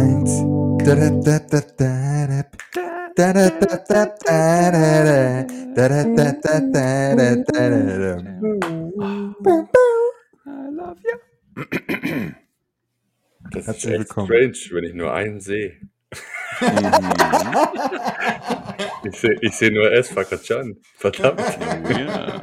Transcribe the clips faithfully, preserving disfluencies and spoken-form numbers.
eins. Da, da, da, da, da, da, da, da, da, da, da, da, da, da, da, da, da, da. I love you. Das Herzlich ist echt willkommen. strange, wenn ich nur einen sehe. Mhm. Ich sehe ich seh nur S. Fakachan. Verdammt. Oh ja.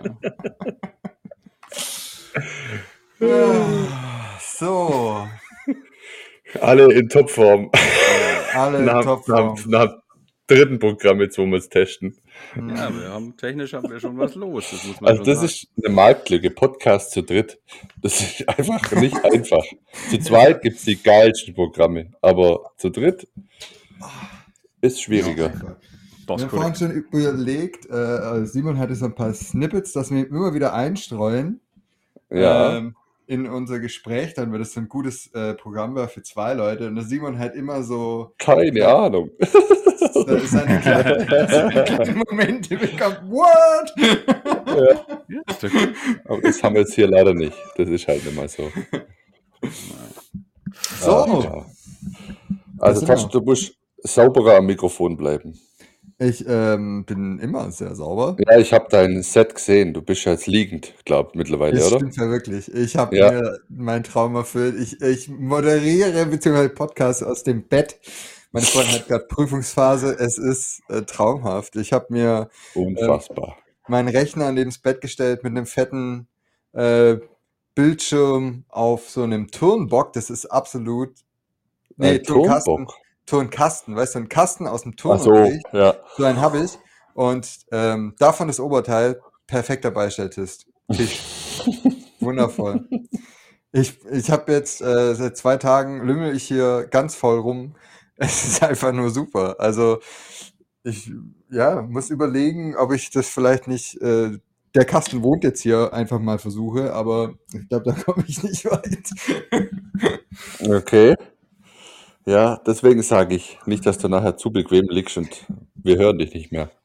Ah, So, Alle in Topform. Ja. alle in nach, nach, Topform. nach dem dritten Programm jetzt, wo wir es testen. Ja, wir haben technisch haben wir schon was los, das muss man Also schon das sagen. ist eine Marktlücke, Podcast zu dritt. Das ist einfach nicht einfach. Zu zweit gibt es die geilsten Programme, aber zu dritt ist schwieriger. Das Wir ist haben vorhin korrekt. schon überlegt, äh, Simon hatte so ein paar Snippets, dass wir immer wieder einstreuen Ja, ähm, in unser Gespräch, dann wird es so ein gutes äh, Programm war für zwei Leute. Und der Simon halt immer so keine Ja. Ahnung. se- seine kleinen, seine kleinen Momente bekommt. What? Ja, ist doch gut. Aber das haben wir jetzt hier leider nicht. Das ist halt immer so. So, Ach, ja. Also sind Taschen, wir. du musst sauberer am Mikrofon bleiben. Ich ähm, bin immer sehr sauber. Ja, ich habe dein Set gesehen. Du bist ja jetzt liegend, glaub mittlerweile, Das oder? stimmt ja wirklich. Ich habe Ja. mir meinen Traum erfüllt. Ich, ich moderiere bzw. Podcast aus dem Bett. Meine Freundin hat gerade Prüfungsphase. Es ist äh, traumhaft. Ich habe mir ähm, Unfassbar. meinen Rechner neben das Bett gestellt mit einem fetten äh, Bildschirm auf so einem Turnbock. Das ist absolut. Nee, Ein Turnkasten. Turnbock. Turnkasten, weißt du, ein Kasten aus dem Ach so, Turnunterricht. ja. So einen habe ich. Und ähm, davon das Oberteil, perfekter Beistelltisch. Tisch. Wundervoll. Ich, ich habe jetzt äh, seit zwei Tagen lümmel ich hier ganz voll rum. Es ist einfach nur super. Also ich ja, muss überlegen, ob ich das vielleicht nicht, äh, der Kasten wohnt jetzt hier, einfach mal versuche, aber ich glaube, da komme ich nicht weit. Okay. Ja, deswegen sage ich nicht, dass du nachher zu bequem liegst und wir hören dich nicht mehr.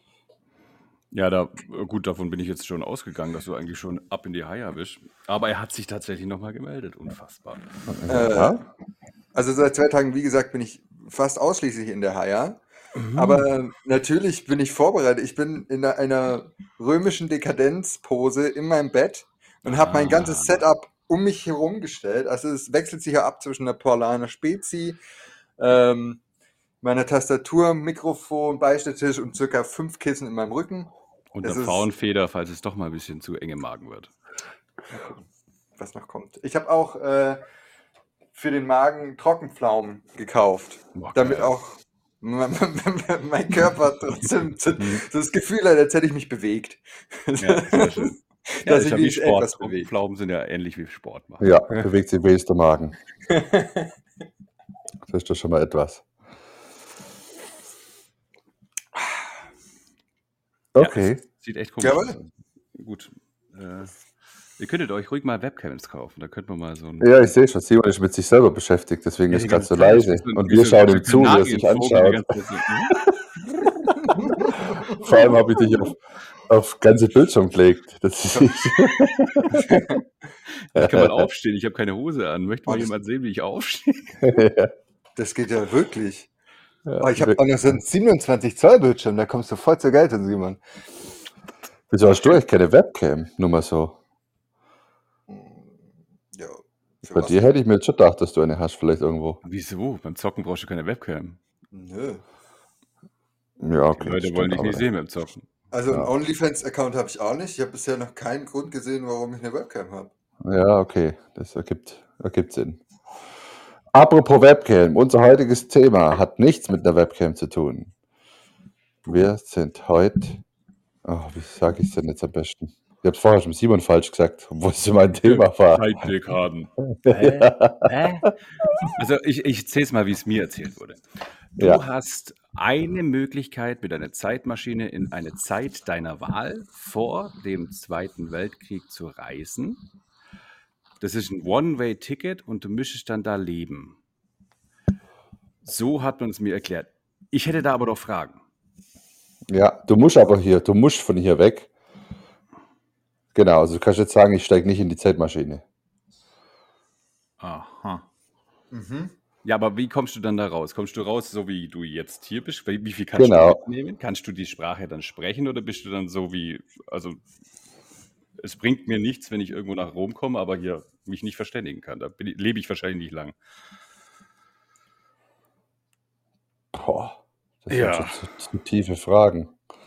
Ja, da, gut, davon bin ich jetzt schon ausgegangen, dass du eigentlich schon ab in die Haie bist. Aber er hat sich tatsächlich nochmal gemeldet. Unfassbar. Äh, also seit zwei Tagen, wie gesagt, bin ich fast ausschließlich in der Haia. Aber natürlich bin ich vorbereitet. Ich bin in einer- einer römischen Dekadenzpose in meinem Bett und habe mein ganzes Ah. Setup um mich herum gestellt. Also es wechselt sich ja ab zwischen der Paulaner Spezi, ähm, meiner Tastatur, Mikrofon, Beistelltisch und circa fünf Kissen in meinem Rücken. Und Es der ist- Pfauenfeder, falls es doch mal ein bisschen zu eng im Magen wird. Mal gucken, was noch kommt. Ich habe auch äh, für den Magen Trockenpflaumen gekauft, Boah, damit geil. auch mein, mein Körper trotzdem so das Gefühl hat, als hätte ich mich bewegt. Ja, sehr schön. Ja, Dass ist ich ja wie mich Sport. etwas bewege. Trockenpflaumen sind ja ähnlich wie Sport machen. Ja, bewegt sich wenigstens der Magen. Das ist doch schon mal etwas. Okay. Ja, es sieht echt komisch Jawohl. aus. Gut. Äh, ihr könntet euch ruhig mal Webcams kaufen. Da könnten wir mal so ein. Ja, ich sehe schon, Simon ist mit sich selber beschäftigt, deswegen Ja, ist die gerade ganze so Zeit ist leise. wie so ein- Und wie wir so- schauen wie so ihm zu, wie er sich Kanarienvogel die anschaut. ganze Zeit so, Vor allem habe ich dich auf, auf ganze Bildschirm gelegt. Das ist Ich kann mal aufstehen, ich habe keine Hose an. Möchte mal Oh, das- jemand sehen, wie ich aufstehe? Das geht ja wirklich. Ja, Oh, ich habe auch noch so einen siebenundzwanzig Zoll Bildschirm, da kommst du voll zur Geltung, Simon. Wieso hast du eigentlich keine Webcam? Nur mal so. Ja, für Bei was dir denn? hätte ich mir jetzt schon gedacht, dass du eine hast, vielleicht irgendwo. Wieso? Beim Zocken brauchst du keine Webcam. Nö. Ja, Die okay. Leute stimmt, wollen dich aber- nicht sehen beim Zocken. Also einen Ja. OnlyFans-Account habe ich auch nicht. Ich habe bisher noch keinen Grund gesehen, warum ich eine Webcam habe. Ja, okay. Das ergibt, ergibt Sinn. Apropos Webcam, unser heutiges Thema hat nichts mit einer Webcam zu tun. Wir sind heute. Oh, wie sage ich es denn jetzt am besten? Ich habe es vorher schon Simon falsch gesagt, obwohl es mein Thema war. Zeitdekaden. Hä? Hä? Also ich, ich erzähle es mal, wie es mir erzählt wurde. Du Ja. hast eine Möglichkeit, mit einer Zeitmaschine in eine Zeit deiner Wahl vor dem Zweiten Weltkrieg zu reisen. Das ist ein One-Way-Ticket und du müsstest dann da leben. So hat man es mir erklärt. Ich hätte da aber doch Fragen. Ja, du musst aber hier, du musst von hier weg. Genau, also du kannst jetzt sagen, ich steige nicht in die Zeitmaschine. Aha. Mhm. Ja, Ja, aber wie kommst du dann da raus? Kommst du raus, so wie du jetzt hier bist? Wie wie viel kannst du Genau. mitnehmen? Kannst du die Sprache dann sprechen oder bist du dann so wie, also es bringt mir nichts, wenn ich irgendwo nach Rom komme, aber hier mich nicht verständigen kann. Da bin ich, lebe ich wahrscheinlich nicht lang. Boah, das sind Ja. schon zu, zu tiefe Fragen.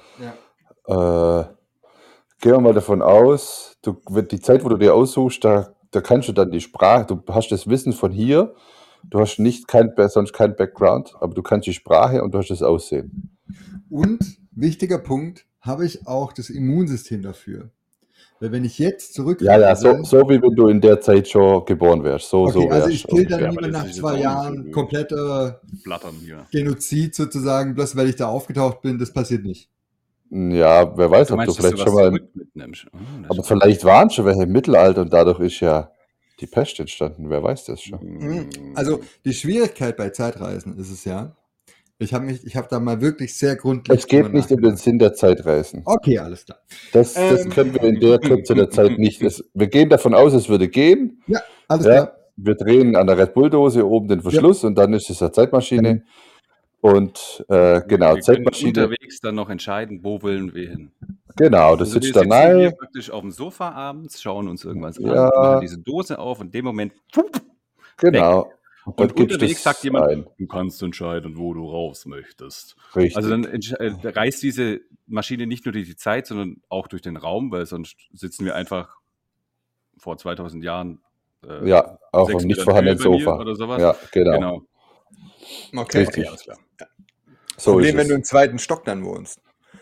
Ja. Äh, gehen wir mal davon aus, du, wenn die Zeit, wo du dir aussuchst, da, da kannst du dann die Sprache, du hast das Wissen von hier, du hast nicht kein, sonst kein Background, aber du kannst die Sprache und du hast das Aussehen. Und, wichtiger Punkt, habe ich auch das Immunsystem dafür. Weil wenn ich jetzt Ja, ja, so, zurückreise, so wie wenn du in der Zeit schon geboren wärst. So, so okay, also wärst ich kill dann Ja, aber lieber das nach ist jetzt zwei auch nicht Jahren so kompletter Blattern hier. Genozid sozusagen, bloß weil ich da aufgetaucht bin, das passiert nicht. Ja, wer weiß, Du ob du meinst, dass du vielleicht was schon mal. zurück mitnimmst? Oh, das Aber ist vielleicht waren schon welche im Mittelalter und dadurch ist ja die Pest entstanden. Wer weiß das schon? Mhm. Also die Schwierigkeit bei Zeitreisen ist es ja, ich habe mich, ich habe da mal wirklich sehr gründlich Es geht drüber nicht um den nachgedacht. Sinn der Zeitreisen. Okay, alles klar. Das, das Ähm, können wir in der Kürze der Zeit nicht. Es, wir gehen davon aus, es würde gehen. ja, alles Ja, klar. wir drehen an der Red Bull-Dose oben den Verschluss und dann ist es eine Zeitmaschine. Und äh, genau, wir können Zeitmaschine. unterwegs dann noch entscheiden, wo wollen wir hin. Genau, das Also wir sitzt da sitzen hier rein. praktisch auf dem Sofa abends, schauen uns irgendwas an, Ja. machen diese Dose auf und in dem Moment Genau. Und dann und gibst du unterwegs sagt das jemand, ein. du kannst entscheiden, wo du raus möchtest. Richtig. Also dann entsch- äh, reist diese Maschine nicht nur durch die Zeit, sondern auch durch den Raum, weil sonst sitzen wir einfach vor zweitausend Jahren äh, Ja, auf sechs einem nicht Metern vorhandenen über mir Sofa. oder sowas. Ja, genau. Genau. Okay. Richtig. Okay, alles klar. So Problem, ist wenn du es. im zweiten Stock dann wohnst.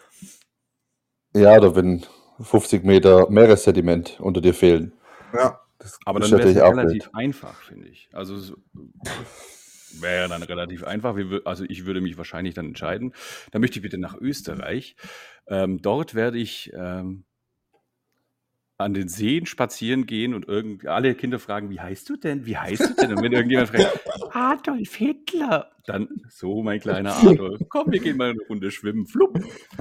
Ja, oder wenn fünfzig Meter Meeressediment unter dir fehlen. Ja. Das Aber ist dann wäre es natürlich ja auch relativ wild. einfach, finde ich. Also so, wäre ja dann relativ einfach. Wir, wür- also ich würde mich wahrscheinlich dann entscheiden. Da möchte ich bitte nach Österreich. Ähm, dort werde ich ähm, an den Seen spazieren gehen und irgend, alle Kinder fragen, wie heißt du denn? Wie heißt du denn? Und wenn irgendjemand fragt, Adolf Hitler, dann so, mein kleiner Adolf, komm, wir gehen mal eine Runde schwimmen. Flupp.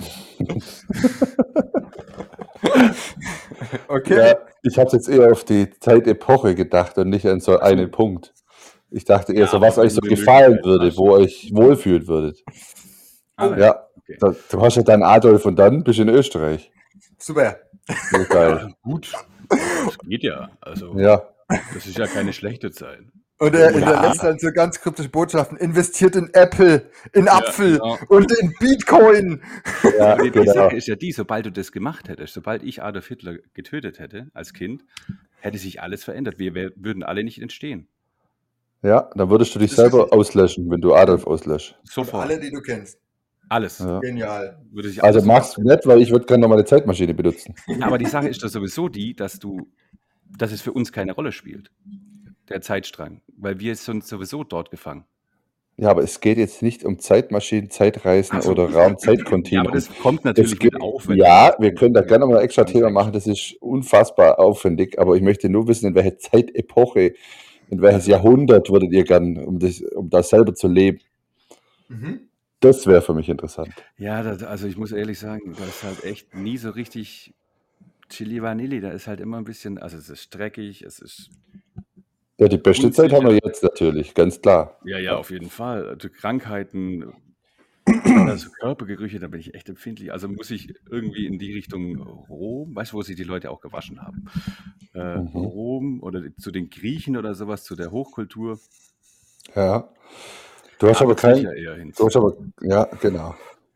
Okay. Ja, ich habe jetzt eher auf die Zeitepoche gedacht und nicht an so Ach so. einen Punkt. Ich dachte eher Ja, so, aber was euch wenn so du eine gefallen Möglichkeit würde, hast. wo euch wohlfühlen würdet. Ah, Ja, okay. da, du hast ja dann Adolf und dann bist du in Österreich. Super. So geil. Ja, gut. Das geht ja. Also, Ja, das ist ja keine schlechte Zeit. Und er Ja. hinterlässt dann so ganz kryptische Botschaften. Investiert in Apple, in Ja, Apfel genau. und in Bitcoin. ja, Aber die, die genau. Sache ist ja die, sobald du das gemacht hättest, sobald ich Adolf Hitler getötet hätte als Kind, hätte sich alles verändert. Wir wär, würden alle nicht entstehen. Ja, dann würdest du dich Das ist selber richtig. auslöschen, wenn du Adolf auslöschst. Und Sofort. alle, die du kennst. Alles. Ja. Genial. Würde sich Also alles mach's sofort nicht, weil ich würde gerne noch mal eine Zeitmaschine benutzen. verändern. Aber die Sache ist doch sowieso die, dass du, dass es für uns keine Rolle spielt, der Zeitstrang, weil wir sind sowieso dort gefangen. Ja, aber es geht jetzt nicht um Zeitmaschinen, Zeitreisen Ach so. oder Ja, aber Raumzeitkontinuum. das kommt Es natürlich geht, mit auf. Wenn du ja, sagst, wir du- können da du- gerne mal ein extra du Thema sagst, machen, das ist unfassbar aufwendig, aber ich möchte nur wissen, in welche Zeitepoche, in welches Also, Jahrhundert würdet ihr gern, um das, um da selber zu leben? Mhm. Das wäre für mich interessant. ja, das, also ich muss ehrlich sagen, da ist halt echt nie so richtig Chili Vanilli. Da ist halt immer ein bisschen, also es ist streckig, es ist, Ja, die beste Zeit haben wir Unsicher. jetzt natürlich, ganz klar. ja, ja, auf jeden Fall. Also Krankheiten, also Körpergerüche, da bin ich echt empfindlich. Also muss ich irgendwie in die Richtung Rom, weißt du, wo sich die Leute auch gewaschen haben? Äh, Mhm. Rom oder zu den Griechen oder sowas, zu der Hochkultur. Ja. Du hast Da aber wird's mich kein, ja eher hin. du hast aber, ja, genau.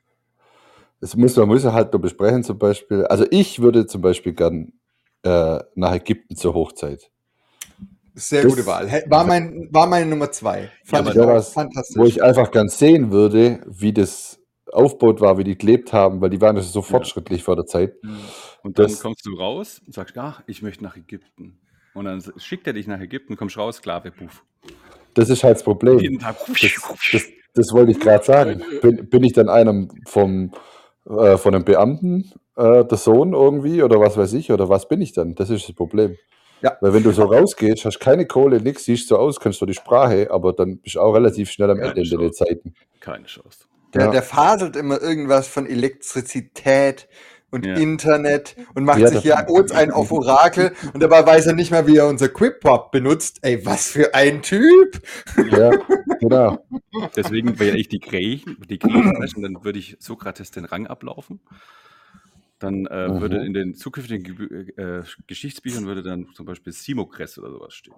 Das muss man muss ja halt nur besprechen, zum Beispiel. Also ich würde zum Beispiel gern äh, nach Ägypten zur Hochzeit. Sehr Das- gute Wahl. Hä- War, mein, war meine Nummer zwei. Fand aber ich wäre auch was, fantastisch. wo ich einfach gern sehen würde, wie das aufgebaut war, wie die gelebt haben, weil die waren ja so fortschrittlich vor der Zeit. Und dann Das- kommst du raus und sagst, ach, ich möchte nach Ägypten. Und dann schickt er dich nach Ägypten, kommst raus, Sklave, puff. Das ist halt das Problem. Jeden Tag. Das, das, das wollte ich gerade sagen. Bin, bin ich dann einer vom, äh, von einem Beamten, äh, der Sohn irgendwie, oder was weiß ich, oder was bin ich dann? Das ist das Problem. Ja. Weil wenn du so rausgehst, hast keine Kohle, nix, siehst so aus, kannst du die Sprache, aber dann bist du auch relativ schnell am Keine Ende in den Chance. Zeiten. Keine Chance. Der, Ja. der faselt immer irgendwas von Elektrizität und Ja. Internet und macht Ja, sich das- ja uns ein auf Orakel und dabei weiß er nicht mal, wie er unser Quip-Pop benutzt. Ey, was für ein Typ! Ja, genau. Deswegen wäre ich die Griechen, die Griechen sprechen, dann würde ich Sokrates den Rang ablaufen. Dann äh, Mhm. würde in den zukünftigen Gebü- äh, Geschichtsbüchern würde dann zum Beispiel Simokres oder sowas stehen.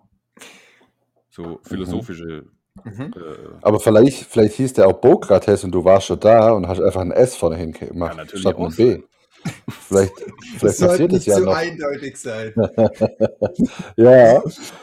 So philosophische. Mhm. Äh, Aber vielleicht, vielleicht hieß der auch Bokrates und du warst schon da und hast einfach ein S vorne hingemacht, Kann natürlich statt auch ein B. sein. Vielleicht, Das vielleicht sollte passiert es nicht ja so noch. eindeutig sein. Ja.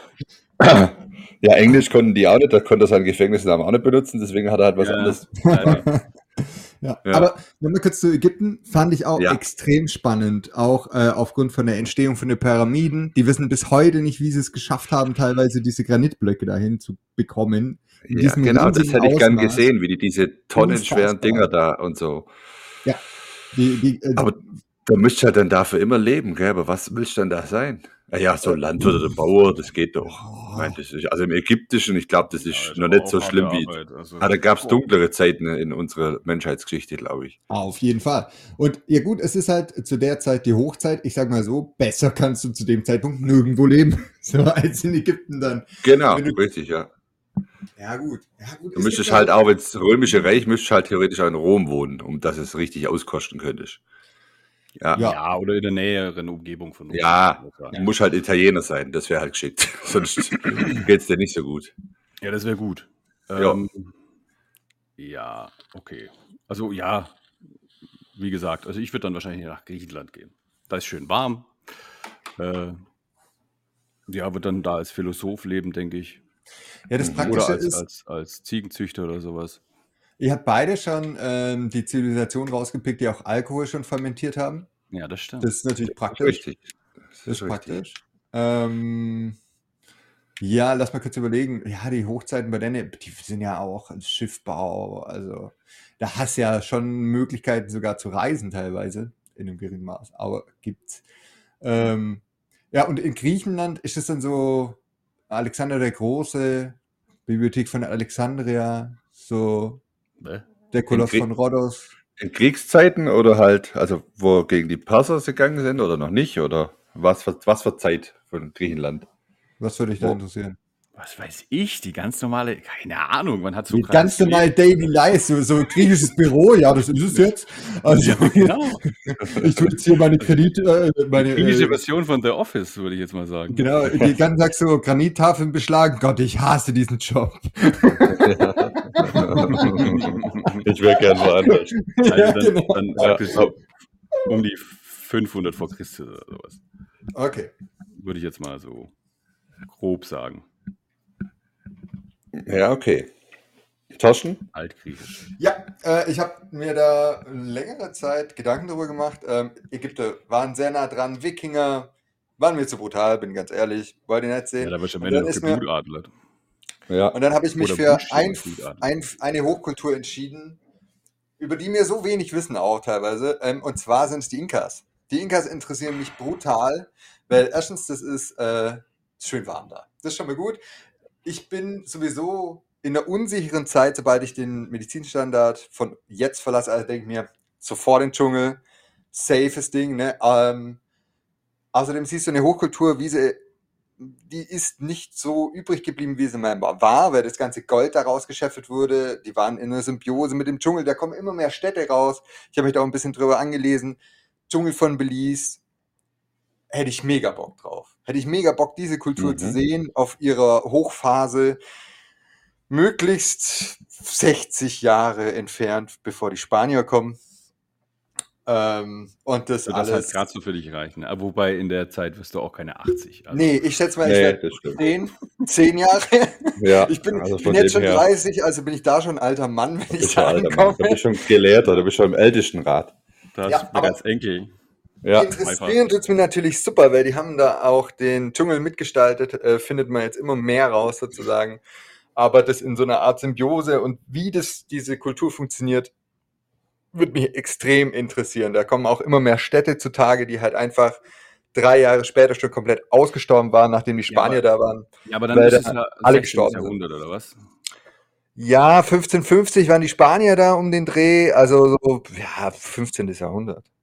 Ja, Englisch konnten die auch nicht, da konnte er seinen Gefängnisnamen auch nicht benutzen, deswegen hat er halt was Ja. anderes. Ja, Ja. Ja. Aber nochmal kurz zu Ägypten, fand ich auch Ja. extrem spannend, auch äh, aufgrund von der Entstehung von den Pyramiden. Die wissen bis heute nicht, wie sie es geschafft haben, teilweise diese Granitblöcke dahin zu bekommen. In Ja, diesem genau, das riesigen hätte ich gern Ausmaß. gesehen, wie die diese tonnenschweren Unfassbar. Dinger da und so. Ja. Die, die, äh, Aber da müsst ihr dann dafür immer leben, gell? Aber was willst du denn da sein? Ja, ja, so ein Landwirt oder Bauer, das geht doch. Ich meine, das ist, also im Ägyptischen, ich glaube, das ist Ja, ist noch aber nicht auch so harte schlimm wie. Arbeit, also- Ah, da gab es Boah. dunklere Zeiten in unserer Menschheitsgeschichte, glaube ich. Auf jeden Fall. Und ja gut, es ist halt zu der Zeit die Hochzeit. Ich sag mal so, besser kannst du zu dem Zeitpunkt nirgendwo leben, so als in Ägypten dann. Genau, Wenn du- richtig, ja. Ja gut. Ja, gut. Du es müsstest gibt halt auch, wenn das Römische Reich, müsstest halt theoretisch auch in Rom wohnen, um dass es richtig auskosten könntest. Ja, Ja. Ja, oder in der näheren Umgebung von uns. Ja. kann man sagen. du musst halt Italiener sein, das wäre halt geschickt. Sonst geht's dir nicht so gut. Ja, das wäre gut. Ja. Ähm, ja, okay. Also ja, wie gesagt, also ich würde dann wahrscheinlich nach Griechenland gehen. Da ist schön warm. Äh, ja, wird dann da als Philosoph leben, denke ich. Ja, das Oder Oder Praktische als, ist, als, als Ziegenzüchter oder sowas. ihr habt beide schon ähm, die Zivilisation rausgepickt, die auch Alkohol schon fermentiert haben. Ja, das stimmt. Das ist natürlich Das ist praktisch. richtig. Das ist richtig. praktisch. Ähm, ja, lass mal kurz überlegen. Ja, die Hochzeiten bei denen, die sind ja auch Schiffbau. Also da hast du ja schon Möglichkeiten sogar zu reisen teilweise in einem geringen Maß. Aber gibt's. Ähm, ja, und in Griechenland ist es dann so Alexander der Große, Bibliothek von Alexandria, so Ne? der Koloss Grie- von Rhodos. In Kriegszeiten oder halt, also wo gegen die Perser gegangen sind oder noch nicht? Oder was für, was für Zeit von Griechenland? Was würde dich da Wo- interessieren? Was weiß ich, die ganz normale, keine Ahnung, man hat so Die ganz normal Daily Life, so, so ein griechisches Büro, ja, das ist es jetzt. Also, Genau. ich tue jetzt hier meine Kredit, äh, meine, Die griechische äh, Version von The Office, würde ich jetzt mal sagen. genau, die ganzen Tag so Granittafeln beschlagen. Gott, ich hasse diesen Job. Ich wäre gern woanders. Also Ja, dann, genau. dann Ja, praktisch so um die fünfhundert vor Christus oder sowas. Okay. Würde ich jetzt mal so grob sagen. Ja, okay. Thorsten? Altgriechisch. Ja, äh, ich habe mir da längere Zeit Gedanken darüber gemacht. Ähm, Ägypter waren sehr nah dran, Wikinger waren mir zu brutal, bin ganz ehrlich, wollte ich nicht sehen. Ja, da wirst du am Und Ende dann noch ist mir- geblutatlet. Ja. Und dann habe ich mich Oder für Bush ein, oder Blutadel. ein, eine Hochkultur entschieden, über die mir so wenig wissen auch teilweise. Ähm, und zwar sind es die Inkas. Die Inkas interessieren mich brutal, weil erstens, das ist äh, schön warm da. Das ist schon mal gut. Ich bin sowieso in einer unsicheren Zeit, sobald ich den Medizinstandard von jetzt verlasse, also denke ich mir, sofort in den Dschungel, safes Ding. Ne? Ähm, außerdem siehst du eine Hochkultur, wie sie die ist nicht so übrig geblieben, wie sie mal war, weil das ganze Gold da rausgeschäffelt wurde. Die waren in einer Symbiose mit dem Dschungel. Da kommen immer mehr Städte raus. Ich habe mich da auch ein bisschen drüber angelesen. Dschungel von Belize. Hätte ich mega Bock drauf. Hätte ich mega Bock, diese Kultur Mhm. zu sehen auf ihrer Hochphase. Möglichst sechzig Jahre entfernt, bevor die Spanier kommen. Ähm, und das Wird das alles. halt gerade so für dich reichen. Aber wobei in der Zeit wirst du auch keine achtzig. Also, Nee, ich schätze mal, ich Nee, werde das stimmt. zehn, zehn Jahre. Ja, Ich bin, also bin von jetzt dem schon her. dreißig, also bin ich da schon ein alter Mann, wenn Du ich bist da schon alter Mann. ankomme. Du bist schon Gelehrter, du bist schon im Ältestenrat. das Ja, ist aber- bereits Enkel. Ja. Interessieren tut es mir natürlich super, weil die haben da auch den Dschungel mitgestaltet, äh, findet man jetzt immer mehr raus sozusagen. Aber das in so einer Art Symbiose und wie das diese Kultur funktioniert, würde mich extrem interessieren. Da kommen auch immer mehr Städte zutage, die halt einfach drei Jahre später schon komplett ausgestorben waren, nachdem die Ja, Spanier aber- da waren. Ja, aber dann Weil ist da es ja alle sechzehntes gestorben sind. Jahrhundert oder was? Ja, fünfzehnhundertfünfzig waren die Spanier da um den Dreh, also so, ja, fünfzehntes Jahrhundert.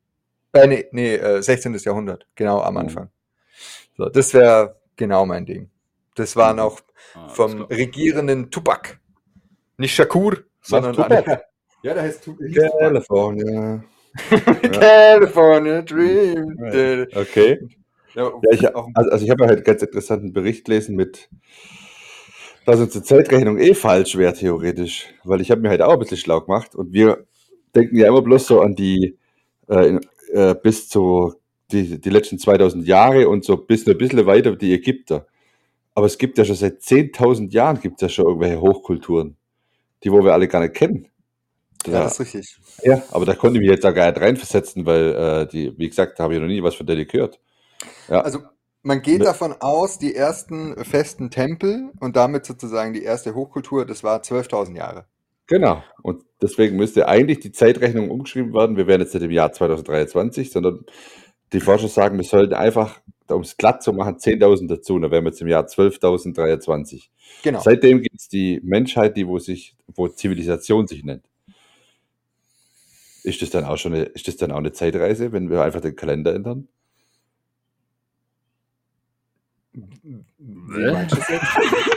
Äh, nee, nee äh, sechzehntes. Jahrhundert, genau am Mhm. Anfang. So, das wäre genau mein Ding. Das war Mhm. noch Ah, alles vom klar. regierenden Tupac. Nicht Shakur, sondern Tupac? einer- Ja, der heißt Tu- hieß Tupac. California. Ja. California Dream. Ja. Okay. Ja, Ja, ich, auf- also, also ich habe ja heute einen ganz interessanten Bericht gelesen mit, dass unsere Zeitrechnung eh falsch wäre, theoretisch. Weil ich habe mir halt auch ein bisschen schlau gemacht und wir denken ja immer bloß so an die äh, in, äh, bis zu die, die letzten zweitausend Jahre und so bis ein bisschen weiter die Ägypter. Aber es gibt ja schon seit zehntausend Jahren gibt es ja schon irgendwelche Hochkulturen, die wo wir alle gar nicht kennen. ja, Da, das ist richtig. ja, aber da konnte ich mich jetzt auch gar nicht reinversetzen, weil äh, die, wie gesagt, da habe ich noch nie was von denen gehört. Ja. Also man geht Ne- davon aus, die ersten festen Tempel und damit sozusagen die erste Hochkultur, das war zwölftausend Jahre. Genau. Und deswegen müsste eigentlich die Zeitrechnung umgeschrieben werden. Wir wären jetzt nicht im Jahr zweitausenddreiundzwanzig, sondern die Forscher sagen, wir sollten einfach, um es glatt zu machen, zehntausend dazu. Dann wären wir jetzt im Jahr zwölftausenddreiundzwanzig. Genau. Seitdem gibt es die Menschheit, die wo sich, wo Zivilisation sich nennt. Ist das dann auch schon eine, ist das dann auch eine Zeitreise, wenn wir einfach den Kalender ändern? Wie meinst du das jetzt?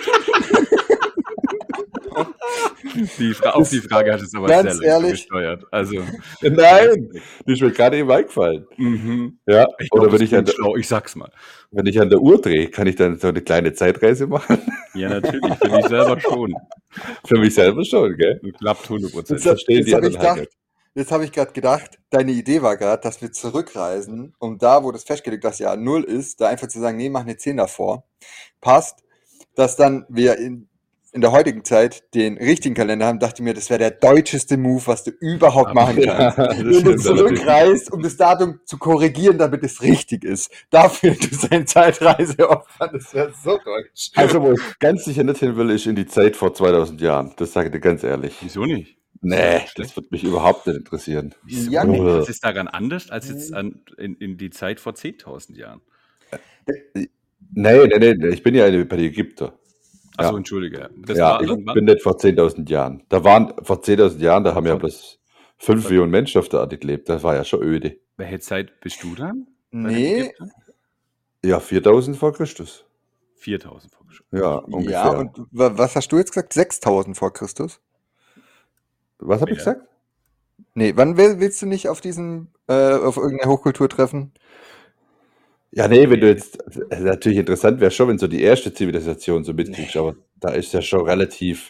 Die Fra auf die Frage hat es aber Ganz sehr langsam ehrlich. gesteuert. Also, Nein, die ist mir gerade eben eingefallen. mhm. Ja, Ich oder glaube, wenn das ich, an klingt der, schlau. Ich sag's mal. wenn ich an der Uhr drehe, kann ich dann so eine kleine Zeitreise machen? Ja, natürlich. Für dich selber schon. Für mich selber schon, gell? Und klappt hundert Prozent. Jetzt, verstehen jetzt die habe ich, anderen halt gedacht- jetzt hab ich gerade gedacht, deine Idee war gerade, dass wir zurückreisen, um da, wo das festgelegt das Jahr null ist, da einfach zu sagen, nee, mach eine zehn davor. Passt, dass dann wir in, in der heutigen Zeit den richtigen Kalender haben, dachte ich mir, das wäre der deutscheste Move, was du überhaupt Aber- machen kannst. Ja, das Wenn du stimmt zurückreist, um das Datum zu korrigieren, damit es richtig ist. Dafür du seine Zeitreise opfern, das wäre so deutsch. Also, wo ich ganz sicher nicht hin will, ist in die Zeit vor zweitausend Jahren. Das sage ich dir ganz ehrlich. Wieso nicht? Nee, Schlecht. das wird mich überhaupt nicht interessieren. Wieso Ja, nicht? nee. Was ist daran anders als jetzt an, in, in die Zeit vor zehntausend Jahren? Nee, nee, nee, ich bin ja bei den Ägyptern. Achso, Ja. entschuldige. Das Ja, war ich dann wann? bin nicht vor zehntausend Jahren. Da waren, vor zehntausend Jahren, da haben ja Von- bloß fünf Millionen Menschen auf der Erde gelebt. Das war ja schon öde. Welche Zeit bist du dann? bei den Nee, Ägyptern? Ja, viertausend vor Christus. viertausend vor Christus. Ja, ungefähr. ja, und wa- was hast du jetzt gesagt? sechstausend vor Christus? Was habe ich Ja. gesagt? Nee, wann will, willst du nicht auf diesen, äh, auf irgendeine Hochkultur treffen? Ja, nee, wenn du jetzt, äh, natürlich interessant wäre schon, wenn so die erste Zivilisation so mitkriegst, aber da ist ja schon relativ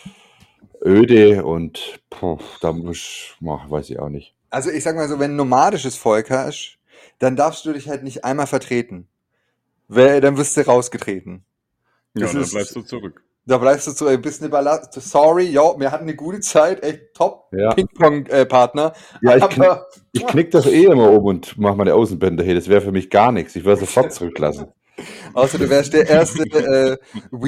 öde und puh, da muss, ach, weiß ich auch nicht. Also ich sag mal so, wenn ein nomadisches Volk hast, dann darfst du dich halt nicht einmal vertreten. Weil, dann wirst du rausgetreten. Ja, Das dann ist- bleibst du zurück. Da bleibst du so ein bisschen überlassen. Sorry, ja, wir hatten eine gute Zeit, echt top Ja, Ping-Pong-Partner. ja ich, knick, aber ich knick das eh immer um und mache meine Außenbänder hier. Das wäre für mich gar nichts. Ich würde sofort zurücklassen. außer du wärst der erste äh,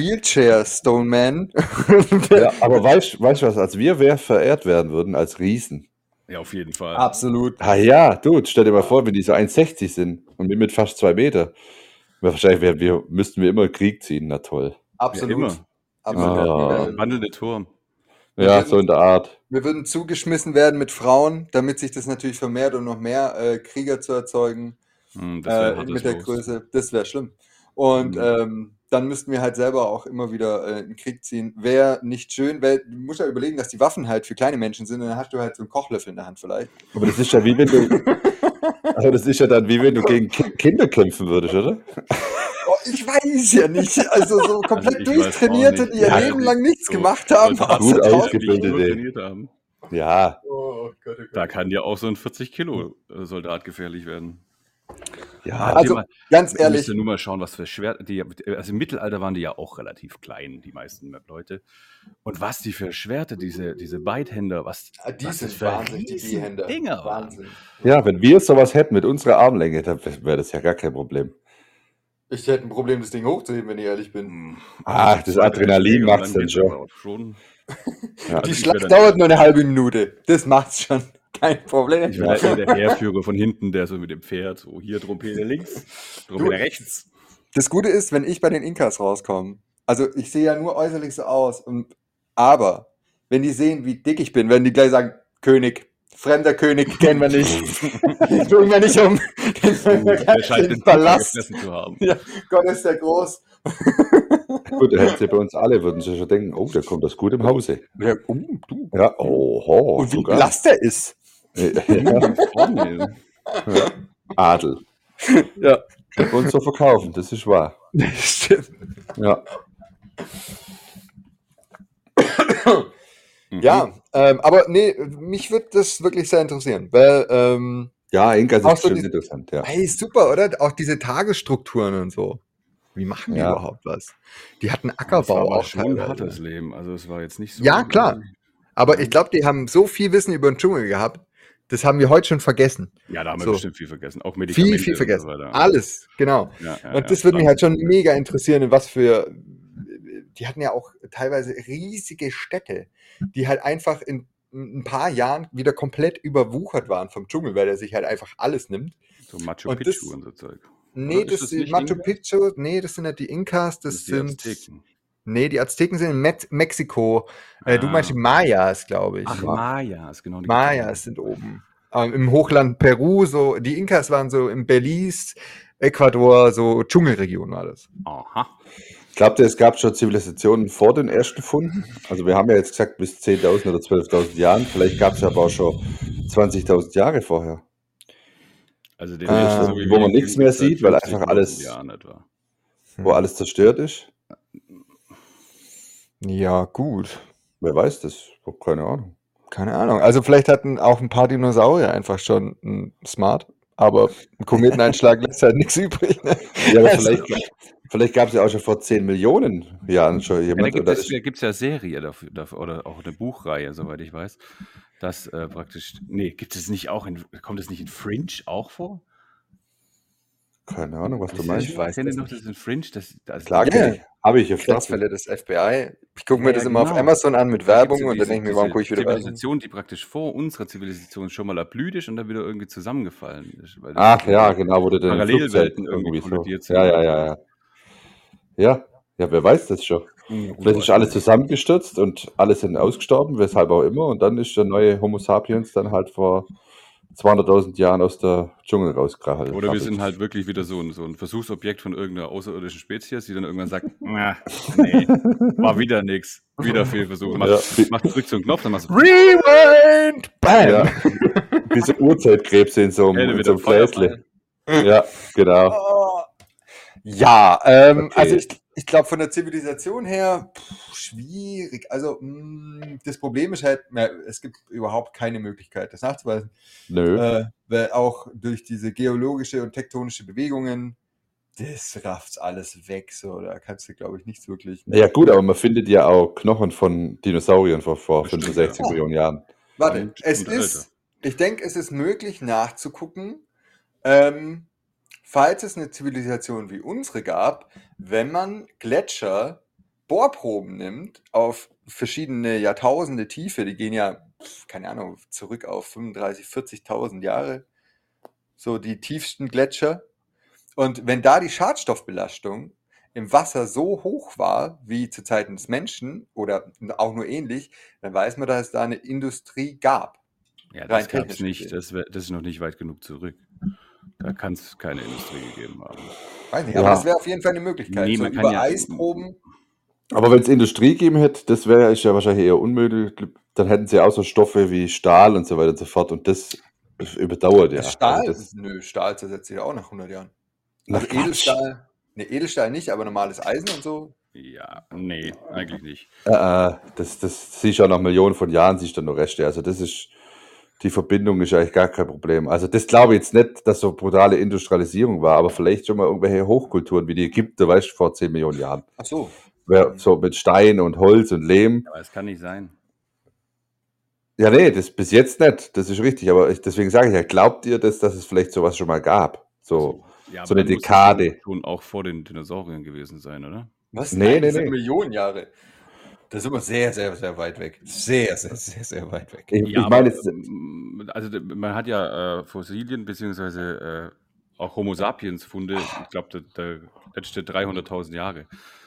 Wheelchair-Stone-Man. Ja, aber weißt du, was, als wir wer verehrt werden würden, als Riesen? Ja, auf jeden Fall. Absolut. Ah ja, du, stell dir mal vor, wenn die so eins sechzig sind und wir mit fast zwei Meter. Wahrscheinlich wär, wir, müssten wir immer Krieg ziehen. Na toll. Absolut. Ja, immer. Absolut. Ah. Wir, Der werden, wandelnde Turm. Ja, so in der Art. wir würden zugeschmissen werden mit Frauen, damit sich das natürlich vermehrt, um noch mehr äh, Krieger zu erzeugen. Hm, das wär Äh, hartes mit der Los. Größe. Das wäre schlimm. Und Mhm. ähm, dann müssten wir halt selber auch immer wieder äh, einen Krieg ziehen. Wäre nicht schön, weil du musst ja überlegen, dass die Waffen halt für kleine Menschen sind und dann hast du halt so einen Kochlöffel in der Hand vielleicht. Aber das ist ja wie wenn du. Also das ist ja dann wie wenn du gegen Ki Kinder kämpfen würdest, oder? Oh, ich weiß ja nicht. Also so komplett Also ich weiß auch Durchtrainierte, nicht. die ihr Ja, Leben lang nichts so- gemacht haben. Soldaten, Gut die außer wirklich ausgebildet, nur ey. trainiert haben. Ja. Oh Gott, oh Gott. Da kann ja auch so ein vierzig Kilo äh, Soldat gefährlich werden. Ja, Also mal, ganz ihr müsst ehrlich, ja nur mal schauen, was für Schwerter. Die, also im Mittelalter waren die ja auch relativ klein, die meisten Leute. Und was die für Schwerter, diese, diese Beidhänder, was, ah, die was sind das für wahnsinnig, die riesen Diehhänder. Dinger waren. Wahnsinn. ja, wenn wir sowas hätten mit unserer Armlänge, dann wäre das ja gar kein Problem. Ich hätte ein Problem, das Ding hochzuheben, wenn ich ehrlich bin. Hm. Ach, das Adrenalin Und macht's dann geht's schon. aber auch schon. Ja. Die ich Schlacht wär dann- dauert nur eine halbe Minute. Das macht's schon. Kein Problem. Ich bin halt eher der Heerführer von hinten, der so mit dem Pferd, so hier Trompete links, Trompete Du- rechts. Das Gute ist, wenn ich bei den Inkas rauskomme, also ich sehe ja nur äußerlich so aus, und, aber wenn die sehen, wie dick ich bin, werden die gleich sagen, König, fremder König kennen wir nicht. Den bringen wir nicht um. Den bringen wir Der ganz scheint in den den Zucker Palast. gefressen zu haben. Ja, Gott ist der groß. Gut, da hätten sie bei uns alle, würden sie schon denken, oh, der kommt aus gutem Hause. Ja, oh, du. Ja, oho, Und wie sogar. blass der ist. Ja, Vorne. ja. Adel. Ja, Können wir uns so verkaufen, das ist wahr. stimmt. Ja. Mhm. Ja, ähm, aber nee, mich würde das wirklich sehr interessieren, weil, ähm, Ja, Inkas Auch ist so bestimmt die- interessant, ja. hey, super, oder? Auch diese Tagesstrukturen und so. Wie machen die Ja. überhaupt was? Die hatten Das war Ackerbau aber auch schon ein teilweise. hartes Leben. Also es war jetzt nicht so. Ja, klar. Aber Ja. ich glaube, die haben so viel Wissen über den Dschungel gehabt, das haben wir heute schon vergessen. Ja, da haben wir So. bestimmt viel vergessen. Auch Medikamente Viel, viel und vergessen. so weiter. Alles, genau. Ja, ja, Und das ja, würde mich klar. halt schon mega interessieren, in was für. Die hatten ja auch teilweise riesige Städte, die halt einfach in ein paar Jahren wieder komplett überwuchert waren vom Dschungel, weil er sich halt einfach alles nimmt. So Machu Und Picchu das- und so Zeug. Nee, Oder ist das, das ist nicht Machu Inka? Picchu, nee, das sind nicht die Inkas, das, Das die sind. Azteken. Nee, die Azteken sind in Met Mexiko. Äh, du Ah, meinst die okay. Mayas, glaube ich. Ach, Mayas, genau. die Mayas sind oben. Ähm, Im Hochland Peru, so, die Inkas waren so im Belize, Ecuador, so Dschungelregion war das. Aha. Glaubt ihr, es gab schon Zivilisationen vor den ersten Funden? Also wir haben ja jetzt gesagt bis zehntausend oder zwölftausend Jahren. Vielleicht gab es aber auch schon zwanzigtausend Jahre vorher. Also den Äh, Menschen, so wie wo wir man ihn nichts kennen, mehr gibt's seit sieht, weil fünfzig einfach Millionen alles- Jahren etwa. Wo alles zerstört ist? Ja, gut. Wer weiß das? Ich hab keine Ahnung. Keine Ahnung. Also vielleicht hatten auch ein paar Dinosaurier einfach schon ein Smart, aber ein Kometeneinschlag lässt halt nichts übrig. Ne? Ja, aber Also- vielleicht, vielleicht gab es ja auch schon vor zehn Millionen Jahren schon Ja, da jemand. gibt oder es gibt's ja Serie dafür, dafür oder auch eine Buchreihe, soweit ich weiß. Das äh, praktisch. Nee, gibt es nicht auch in. Kommt es nicht in Fringe auch vor? keine Ahnung, was du Ich meinst. weiß Kenne das noch nicht. das in Fringe. Das, das Klar, Ja, kenn ich. Habe ich auf Stapel. Grenzfälle des F B I. Ich gucke mir Ja, das ja, immer auf genau. Amazon an mit Da Werbung gibt's ja und dann diese- denke ich mir, warum diese gucke ich wieder Werbung? Zivilisation, die praktisch vor unserer Zivilisation schon mal erblüht ist und dann wieder irgendwie zusammengefallen ist. Weil das Ach so ja, genau, wo du dann im Parallelwelten Flugzeug irgendwie irgendwie so. kollidiert sind. Ja, ja, ja, ja. Ja, ja, wer weiß das schon. Ja, gut, Vielleicht weiß ist alles man. zusammengestürzt und alle sind ausgestorben, weshalb auch immer. Und dann ist der neue Homo sapiens dann halt vor zweihunderttausend Jahren aus der Dschungel rausgekrabbelt. Oder wir sind halt wirklich wieder so ein, so ein Versuchsobjekt von irgendeiner außerirdischen Spezies, die dann irgendwann sagt, "Na, nee, war wieder nix, wieder Fehlversuch. Mach, Ja. mach zurück zum Knopf, dann machst du Rewind! Bam! Ja. Wie so Urzeitkrebse in so einem, Hände in wieder so einem Gläsle. Feuerball. Ja, genau. Oh. Ja, ähm, Okay. also ich, ich glaube von der Zivilisation her pff, schwierig. Also mh, das Problem ist halt, na, es gibt überhaupt keine Möglichkeit, das nachzuweisen. Nö. Äh, weil auch durch diese geologische und tektonische Bewegungen, das rafft alles weg. So, da kannst du, glaube ich, nichts wirklich. Ja gut, aber man findet ja auch Knochen von Dinosauriern vor, vor Bestimmt, fünfundsechzig ja. Millionen Jahren. Warte, Und- es und ist, ich denke, es ist möglich nachzugucken, ähm, falls es eine Zivilisation wie unsere gab, wenn man Gletscher Bohrproben nimmt auf verschiedene Jahrtausende Tiefe, die gehen ja, pf, keine Ahnung, zurück auf fünfunddreißigtausend, vierzigtausend Jahre, so die tiefsten Gletscher. Und wenn da die Schadstoffbelastung im Wasser so hoch war, wie zu Zeiten des Menschen oder auch nur ähnlich, dann weiß man, dass es da eine Industrie gab. Ja, Rein das gab es technisch nicht. gesehen. Das, wär, das ist noch nicht weit genug zurück. Da kann es keine Industrie gegeben haben. Weiß nicht, Ja. aber das wäre auf jeden Fall eine Möglichkeit. Nee, so man kann über ja- Eisproben. Aber wenn es Industrie gegeben hätte, das wäre ist ja wahrscheinlich eher unmöglich. Dann hätten sie auch so Stoffe wie Stahl und so weiter und so fort. Und das überdauert ja. Stahl? Also das, Nö, Stahl zersetzt sich ja auch nach hundert Jahren. Na, Also Quatsch. Edelstahl, ne, Edelstahl nicht, aber normales Eisen und so. Ja, nee, eigentlich nicht. Äh, äh, das, das siehst du auch nach Millionen von Jahren, siehst du dann noch Reste. Also das ist, die Verbindung ist eigentlich gar kein Problem. Also das glaube ich jetzt nicht, dass so brutale Industrialisierung war, aber vielleicht schon mal irgendwelche Hochkulturen wie die Ägypter, weißt du, vor zehn Millionen Jahren. Ach so. Wär so mit Stein und Holz und Lehm. Aber es kann nicht sein. Ja, nee, das bis jetzt nicht. Das ist richtig. Aber ich, deswegen sage ich ja, glaubt ihr, dass, dass es vielleicht sowas schon mal gab? So, Ja, so aber eine dann muss es Dekade. schon- schon auch vor den Dinosauriern gewesen sein, oder? Was? Nee, Nein, das nee, sind nee. Millionen Jahre. Da sind wir sehr, sehr, sehr weit weg. Sehr, sehr, sehr, sehr weit weg. Ich, Ja, ich meine aber, jetzt, ähm, also d- man hat ja äh, Fossilien beziehungsweise äh, auch Homo sapiens Funde, ich glaube, der, der letzte dreihunderttausend Jahre.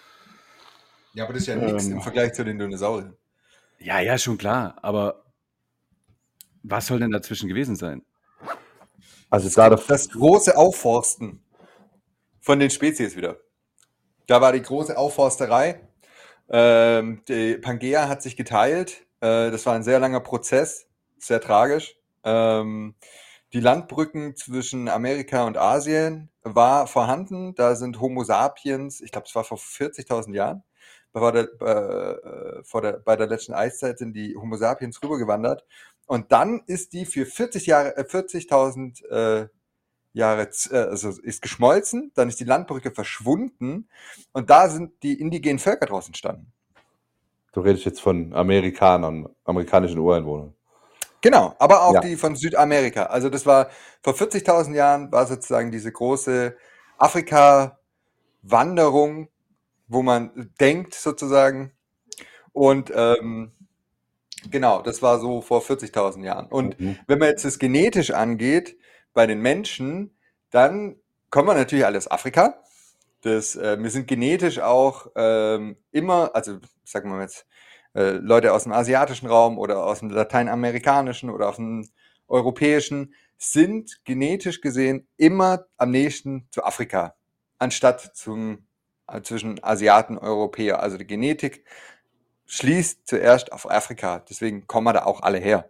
Ja, aber das ist ja nichts Ähm. im Vergleich zu den Dinosauriern. Ja, ja, schon klar, aber Was soll denn dazwischen gewesen sein? Also da der, Das große Aufforsten von den Spezies wieder. Da war die große Aufforsterei. Ähm, die Pangea hat sich geteilt. Äh, das war ein sehr langer Prozess, sehr tragisch. Ähm, die Landbrücken zwischen Amerika und Asien war vorhanden. Da sind Homo sapiens, ich glaube, es war vor vierzigtausend Jahren, bei der, äh, vor der, bei der letzten Eiszeit sind die Homo sapiens rübergewandert. Und dann ist die für vierzig Jahre, äh, vierzigtausend äh, Jahre, äh, also ist geschmolzen, dann ist die Landbrücke verschwunden und da sind die indigenen Völker draus entstanden. du redest jetzt von Amerikanern, amerikanischen Ureinwohnern. Genau, aber auch Ja. die von Südamerika. Also das war vor vierzigtausend Jahren war sozusagen diese große Afrika-Wanderung, wo man denkt sozusagen. Und ähm, genau, das war so vor vierzigtausend Jahren. Und Mhm. wenn man jetzt das genetisch angeht, bei den Menschen, dann kommen wir natürlich alle aus Afrika. Das, äh, wir sind genetisch auch ähm, immer, also sagen wir jetzt, äh, Leute aus dem asiatischen Raum oder aus dem lateinamerikanischen oder aus dem europäischen, sind genetisch gesehen immer am nächsten zu Afrika, anstatt zum, äh, zwischen Asiaten und Europäer. Also die Genetik schließt zuerst auf Afrika, deswegen kommen wir da auch alle her.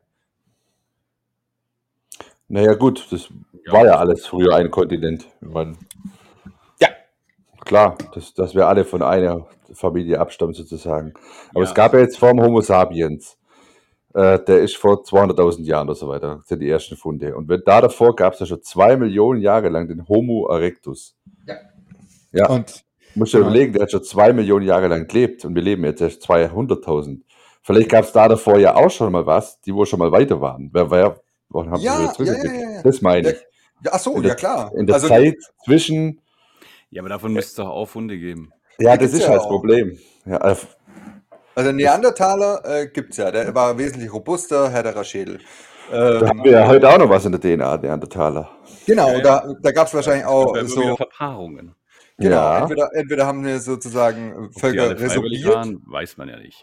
Naja gut, das Ja. war ja alles früher ein Kontinent. Ich mein, Ja. Klar, dass, dass wir alle von einer Familie abstammen sozusagen. Aber Ja. es gab ja jetzt vor dem Homo sapiens, äh, der ist vor zweihunderttausend Jahren oder so weiter, sind die ersten Funde. Und wenn da davor gab es ja schon zwei Millionen Jahre lang den Homo erectus. Ja. Ja, Und musst du genau. überlegen, der hat schon zwei Millionen Jahre lang gelebt und wir leben jetzt erst zweihunderttausend. Vielleicht gab es da davor ja auch schon mal was, die wo schon mal weiter waren. Wer, wer, warum haben sie Ja, wieder ja, zurückgekriegt? ja, ja. Das meine Ja, ich. ja, ach so, In der, ja klar. in der Also Zeit zwischen, Ja, aber davon müsste es doch auch Funde geben. ja, Ja, das gibt's ist ja halt das auch. Problem. Ja, äh, Also Neandertaler äh, gibt's ja, der war wesentlich robuster, härterer Schädel. da haben Ähm, wir ja heute auch noch was in der D N A, Neandertaler. genau, Ja, ja. da, da gab's wahrscheinlich Es gibt auch ja immer so, wieder Verpaarungen. genau, Ja, entweder, entweder haben wir sozusagen Ob die Völker alle freiwillig resorbiert. waren, weiß man ja nicht.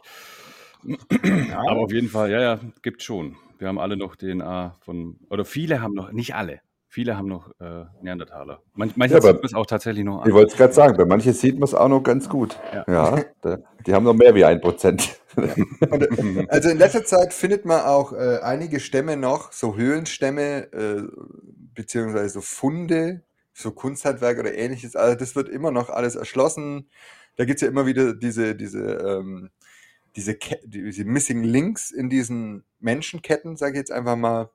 Ja. Aber auf jeden Fall, ja, ja, gibt schon. Wir haben alle noch D N A von, oder viele haben noch, nicht alle, viele haben noch äh, Neandertaler. Man, manche Ja, aber- sieht man es auch tatsächlich noch ich an. wollte es gerade sagen, bei manchen sieht man es auch noch ganz gut. Ja. Ja, da, die haben noch mehr wie ein Prozent. Und, äh, also in letzter Zeit findet man auch äh, einige Stämme noch, so Höhlenstämme, äh, beziehungsweise so Funde, so Kunsthandwerk oder ähnliches. Also das wird immer noch alles erschlossen. Da gibt's ja immer wieder diese, diese, ähm, diese, Ke diese Missing Links in diesen Menschenketten, sage ich jetzt einfach mal,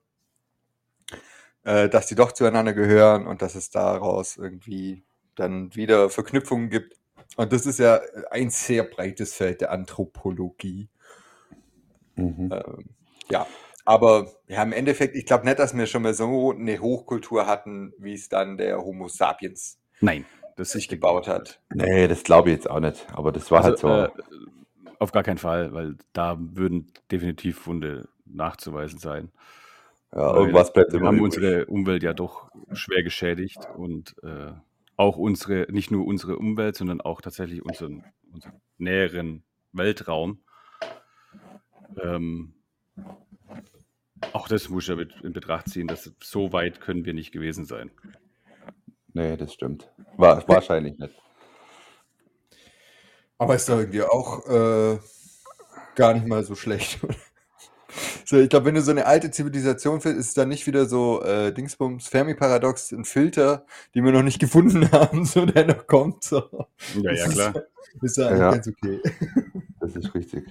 äh, dass die doch zueinander gehören und dass es daraus irgendwie dann wieder Verknüpfungen gibt. Und das ist ja ein sehr breites Feld der Anthropologie. Mhm. Ähm, ja, aber ja, im Endeffekt, ich glaube nicht, dass wir schon mal so eine Hochkultur hatten, wie es dann der Homo sapiens Nein, das sich ist gebaut hat. Nee, das glaube ich jetzt auch nicht. Aber das war halt Also, so. äh, auf gar keinen Fall, weil da würden definitiv Funde nachzuweisen sein. Ja, Weil irgendwas bleibt wir immer haben übrig. unsere Umwelt ja doch schwer geschädigt und äh, auch unsere, nicht nur unsere Umwelt, sondern auch tatsächlich unseren, unseren näheren Weltraum. Ähm, auch das muss ja mit in Betracht ziehen, dass so weit können wir nicht gewesen sein. Nee, das stimmt. War, wahrscheinlich nicht. Aber ist doch irgendwie auch äh, gar nicht mal so schlecht. So, ich glaube, wenn du so eine alte Zivilisation findest, ist es dann nicht wieder so äh, Dingsbums, Fermi-Paradox, ein Filter, den wir noch nicht gefunden haben, so der noch kommt. So. Ja, Das ja, ist- klar. Ist ja eigentlich Ja. ganz okay. Das ist richtig.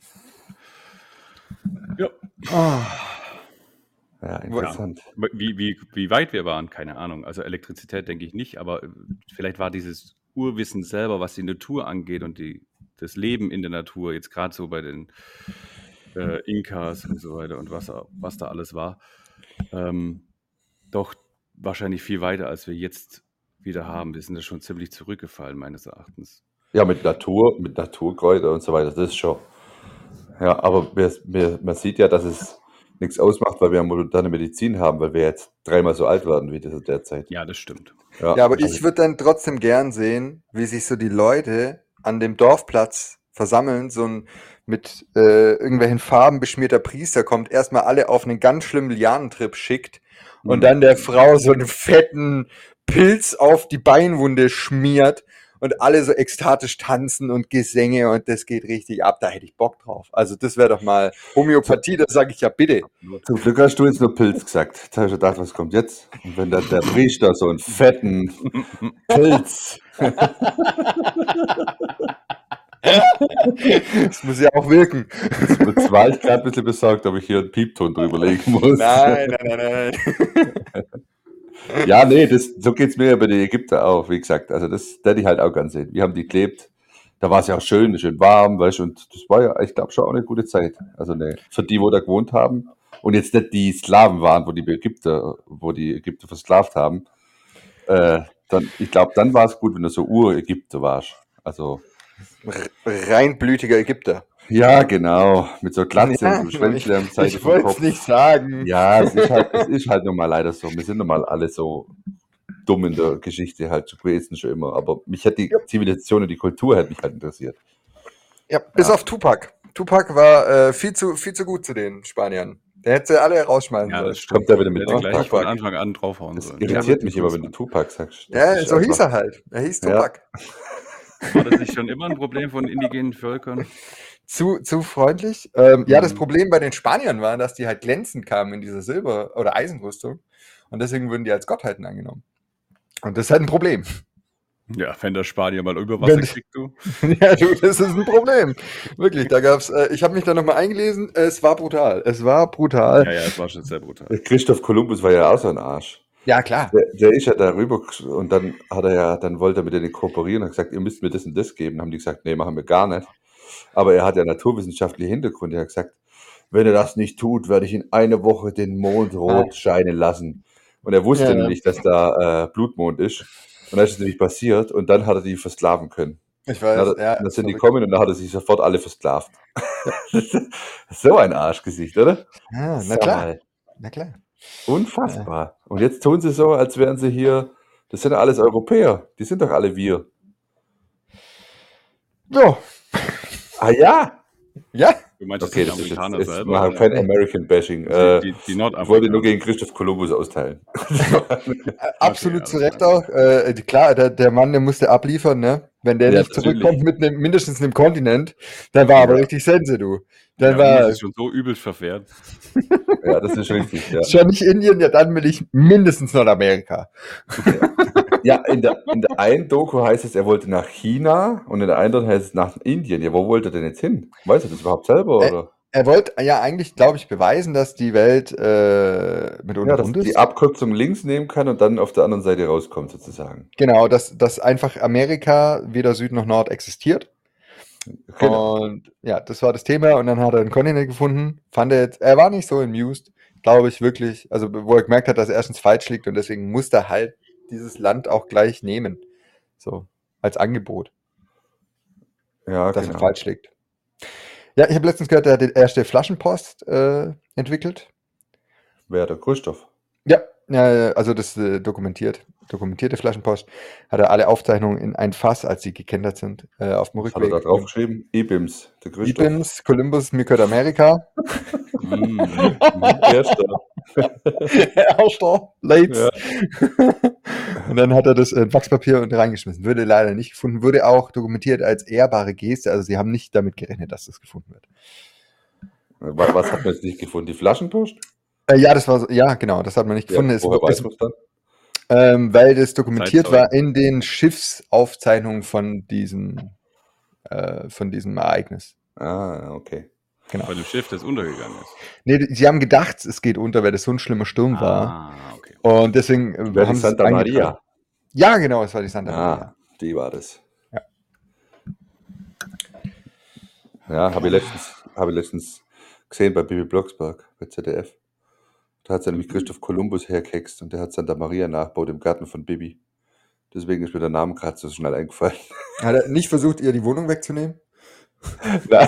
Ja. Ah, Ja, interessant. Wie, wie, wie weit wir waren, keine Ahnung. Also Elektrizität denke ich nicht, aber äh, vielleicht war dieses Urwissen selber, was die Natur angeht und die, das Leben in der Natur, jetzt gerade so bei den äh, Inkas und so weiter und was, was da alles war, ähm, doch wahrscheinlich viel weiter, als wir jetzt wieder haben. Wir sind da schon ziemlich zurückgefallen, meines Erachtens. Ja, mit Natur, mit Naturkräuter und so weiter, das ist schon. Ja, aber wir, wir, man sieht ja, dass es nichts ausmacht, weil wir ja moderne Medizin haben, weil wir jetzt dreimal so alt werden wie das derzeit. Ja, das stimmt. ja, aber also- ich würde dann trotzdem gern sehen, wie sich so die Leute an dem Dorfplatz versammeln, so ein mit äh, irgendwelchen Farben beschmierter Priester kommt, erstmal alle auf einen ganz schlimmen Lianentrip schickt und Mhm. dann der Frau so einen fetten Pilz auf die Beinwunde schmiert und alle so ekstatisch tanzen und Gesänge und das geht richtig ab. Da hätte ich Bock drauf. Also das wäre doch mal Homöopathie, das sage ich ja bitte. Zum Glück hast du jetzt nur Pilz gesagt. Jetzt habe ich gedacht, was kommt jetzt? Und wenn dann der Priester so einen fetten Pilz. Das muss ja auch wirken. Jetzt war ich gerade ein bisschen besorgt, ob ich hier einen Piepton drüber legen muss. Nein, nein, nein, nein. Ja, nee, das, so geht's mir ja bei den Ägyptern auch, wie gesagt. Also das hätte ich halt auch ganz sehen. Wir haben die gelebt. Da war es ja auch schön, schön warm, weißt du, und das war ja, ich glaube, schon auch eine gute Zeit. Also ne, für die, wo da gewohnt haben. Und jetzt nicht die Slawen waren, wo die Ägypter, wo die Ägypter versklavt haben. Äh, dann, ich glaube, dann war es gut, wenn du so Ur-Ägypter warst. Also. Reinblütiger Ägypter. Ja, genau. Mit so Glatze Ja, und so Schwänzle am ich Seite ich vom wollte es Kopf. nicht sagen. Ja, es ist halt, es ist halt nun mal leider so. Wir sind nun mal alle so dumm in der Geschichte halt schon gewesen, schon immer. Aber mich hat die Ja. Zivilisation und die Kultur hat mich halt interessiert. Ja, bis Ja. auf Tupac. Tupac war äh, viel, zu, viel zu gut zu den Spaniern. Der hätte sie alle rausschmeißen Ja, sollen. das stimmt. Kommt da wieder mit Der hätte gleich Tupac. von Anfang an draufhauen Das sollen. irritiert Ja, mich immer, wenn du Tupac sagst. Das Ja, ist so hieß einfach- er halt. Er hieß Ja. Tupac. War das nicht schon immer ein Problem von indigenen Völkern? Zu, zu freundlich. Ähm, ja, das Mhm. Problem bei den Spaniern war, dass die halt glänzend kamen in dieser Silber- oder Eisenrüstung. Und deswegen wurden die als Gottheiten angenommen. Und das ist halt ein Problem. Ja, wenn der Spanier mal über Wasser Wenn- kriegt, du. Ja, du, das ist ein Problem. Wirklich, da gab's, äh, ich habe mich da nochmal eingelesen, es war brutal. Es war brutal. Ja, ja, es war schon sehr brutal. Christoph Kolumbus war ja auch so ein Arsch. Ja, klar. Der, der ist ja darüber und dann hat er ja, dann wollte er mit denen kooperieren und hat gesagt, ihr müsst mir das und das geben. Dann haben die gesagt, nee, machen wir gar nicht. Aber er hat ja naturwissenschaftliche Hintergründe. Er hat gesagt, wenn er das nicht tut, werde ich in einer Woche den Mond rot Ah. scheinen lassen. Und er wusste Ja. nämlich, dass da äh, Blutmond ist. Und dann ist es nämlich passiert und dann hat er die versklaven können. Ich Dann, weiß, hat er, ja. dann sind die verrückt. gekommen und dann hat er sich sofort alle versklavt. So ein Arschgesicht, oder? Ja, na Sag klar. mal. Na klar. Unfassbar. Und jetzt tun sie so, als wären sie hier, das sind ja alles Europäer. Die sind doch alle wir. So, Ah ja? ja. Du meinst, Okay, das das sind ist jetzt, Amerikaner jetzt selber? wir haben oder? kein American-Bashing. Die, Äh, die, die ich wollte Nordafrikaner. nur gegen Christoph Kolumbus austeilen. Äh, Absolut alles zu Recht klar. auch. Äh, die- klar, der, der Mann, der musste abliefern, ne? Wenn der Ja, nicht natürlich. zurückkommt mit einem, mindestens einem Kontinent, dann war aber Ja. richtig Sense, du. Dann Ja, war das ist schon so übelst verfährt. Ja, das ist richtig. Ja, schon nicht Indien, ja, dann will ich mindestens Nordamerika. ja in, der, in der einen Doku heißt es, er wollte nach China und in der anderen heißt es nach Indien. Ja, wo wollte er denn jetzt hin? Weißt du das überhaupt selber? Äh, Oder? Er wollte ja eigentlich, glaube ich, beweisen, dass die Welt äh, mit Ja, uns dass rund die ist. Abkürzung links nehmen kann und dann auf der anderen Seite rauskommt, sozusagen. Genau, dass, dass einfach Amerika weder Süd noch Nord existiert. Genau. Und ja, das war das Thema. Und dann hat er einen Kontinent gefunden. Fand er jetzt, er war nicht so amused, glaube ich wirklich. Also, wo er gemerkt hat, dass er erstens falsch liegt und deswegen musste er halt dieses Land auch gleich nehmen. So, als Angebot, Ja, dass er genau. falsch liegt. Ja, ich habe letztens gehört, er hat die erste Flaschenpost äh, entwickelt. Wer der Christoph? Ja, ja, also das äh, dokumentiert, dokumentierte Flaschenpost. Hat er alle Aufzeichnungen in ein Fass, als sie gekentert sind, äh, auf dem Was hat er da Rückweg. draufgeschrieben? Ibims, der Christoph. Ibims, Columbus, mir gehört Amerika. Mm. Erster. Erster, Lates. Ja. Und dann hat er das in Wachspapier und reingeschmissen. Würde leider nicht gefunden, wurde auch dokumentiert als ehrbare Geste. Also sie haben nicht damit gerechnet, dass das gefunden wird. Wa- Was hat man jetzt nicht gefunden? Die Flaschenpost? Äh, ja, das war so, ja, genau, das hat man nicht Ja, gefunden. Es, woher weiß es, man es dann? ähm, weil das dokumentiert Zeitzeugen. war in den Schiffsaufzeichnungen von diesem, äh, von diesem Ereignis. Ah, okay. Genau. Bei dem Schiff, das untergegangen ist. Nee, die- sie haben gedacht, es geht unter, weil das so ein schlimmer Sturm war. Ah, okay. Und deswegen äh, Wer die haben sie es Santa eingetragen. Maria? Ja, genau, es war die Santa Maria. Ah, die war das. Ja. Ja, habe ich letztens, habe ich letztens gesehen bei Bibi Blocksberg, bei Z D F. Da hat sie nämlich Christoph Kolumbus hergehext und der hat Santa Maria nachgebaut im Garten von Bibi. Deswegen ist mir der Name gerade so schnell eingefallen. Hat er nicht versucht, ihr die Wohnung wegzunehmen? Nein.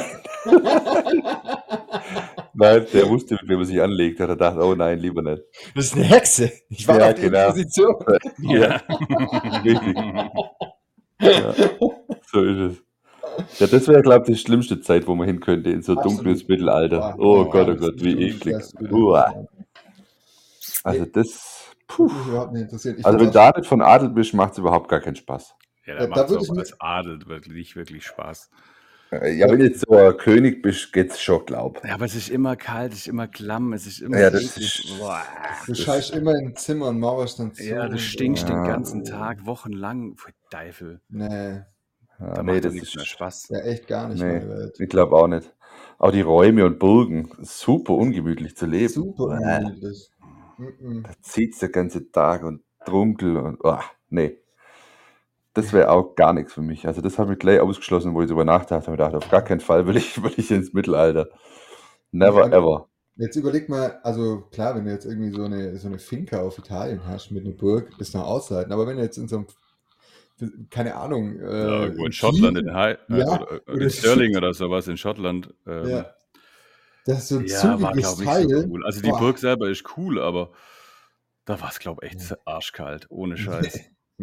Nein, der wusste, mit wem er sich anlegt. Hat er gedacht, oh nein, lieber nicht. Das ist eine Hexe. Ich war Ja, auf die genau. Position. Ja, richtig. Ja, so ist es. Ja, das wäre, glaube ich, die schlimmste Zeit, wo man hin könnte, in so Absolut. dunkles Mittelalter. Boah, Oh ja, Gott, oh das Gott, ist wie schon eklig. das Gute. Uah. Ja. Also Nee, das, puh. würde mich überhaupt nicht interessieren. Ich Also wenn find's du auch, da nicht von Adel bist, macht es überhaupt gar keinen Spaß. Ja, äh, da da macht es würde auch ich mir, als Adel wirklich nicht wirklich Spaß. Äh, Ja, da, wenn du jetzt so ein König bist, geht's schon, glaub. Ja, aber es ist immer kalt, es ist immer klamm, es ist immer Ja, das eklig. ist, Boah. du das, scheißt immer im Zimmer und mauerst dann zu Ja, du und stinkst den ja, ganzen oh, Tag, wochenlang. Pfui, Teufel. nee, ja, Da nee, macht doch das nichts mehr ist, Spaß. ja echt gar nicht nee, meine Welt. ich glaube auch nicht. Auch die Räume und Burgen, super ungemütlich zu leben. Super Uah. ungemütlich. Mm-mm. Da zieht's der ganze Tag und dunkel und, oh, nee. Das wäre auch gar nichts für mich. Also das habe ich gleich ausgeschlossen, wo ich darüber nachgedacht habe. Ich dachte, auf gar keinen Fall will ich, will ich ins Mittelalter. Nee, Never aber ever. jetzt überleg mal, also klar, wenn du jetzt irgendwie so eine, so eine Finca auf Italien hast mit einer Burg, bist du noch aushalten. Aber wenn du jetzt in so einem, keine Ahnung, Ja, äh, irgendwo in in Schottland, in, Kiel, High, äh, ja, oder, äh, oder in Stirling oder sowas in Schottland. Ähm, ja, das ist so ein ja, war, zugiges glaube ich, nicht so Teil. cool. Also die Boah. Burg selber ist cool, aber da war es, glaube ich, echt arschkalt, ohne Scheiß.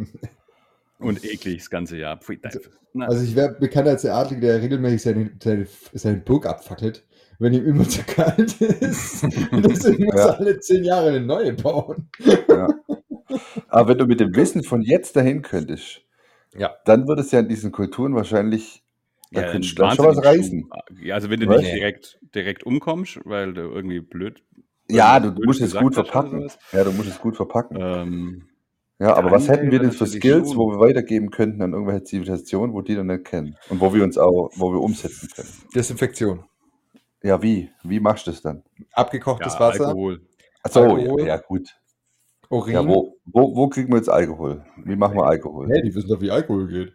Und eklig das ganze Jahr. Pfui, Teufel. Na, Also ich wäre bekannt als der Adlige, der regelmäßig seine, seine, seine Burg abfackelt, wenn ihm immer zu kalt ist. Und deswegen muss er Ja, alle zehn Jahre eine neue bauen. ja. Aber wenn du mit dem Wissen von jetzt dahin könntest, Ja. dann würde es ja in diesen Kulturen wahrscheinlich, da ja, ein könntest du dann schon was wahnsinnigen Schub. reißen. Ja, also wenn du Was? nicht Nee. direkt, direkt umkommst, weil du irgendwie blöd, Ja, irgendwas du, du Blödes musst es gesagt gut hast oder verpacken. sowas, Ja, du musst es gut verpacken. ähm, Ja, aber was dann hätten wir wäre denn für natürlich Skills, wo schon. wir weitergeben könnten an irgendwelche Zivilisationen, wo die dann nicht kennen und wo wir uns auch, wo wir umsetzen können? Desinfektion. Ja, wie? Wie machst du das dann? Abgekochtes Ja, Wasser, Alkohol. Achso, ja, Alkohol, ja, gut. Ja, Urin. wo, wo, wo kriegen wir jetzt Alkohol? Wie machen wir Alkohol? Hey, die wissen doch, wie Alkohol geht.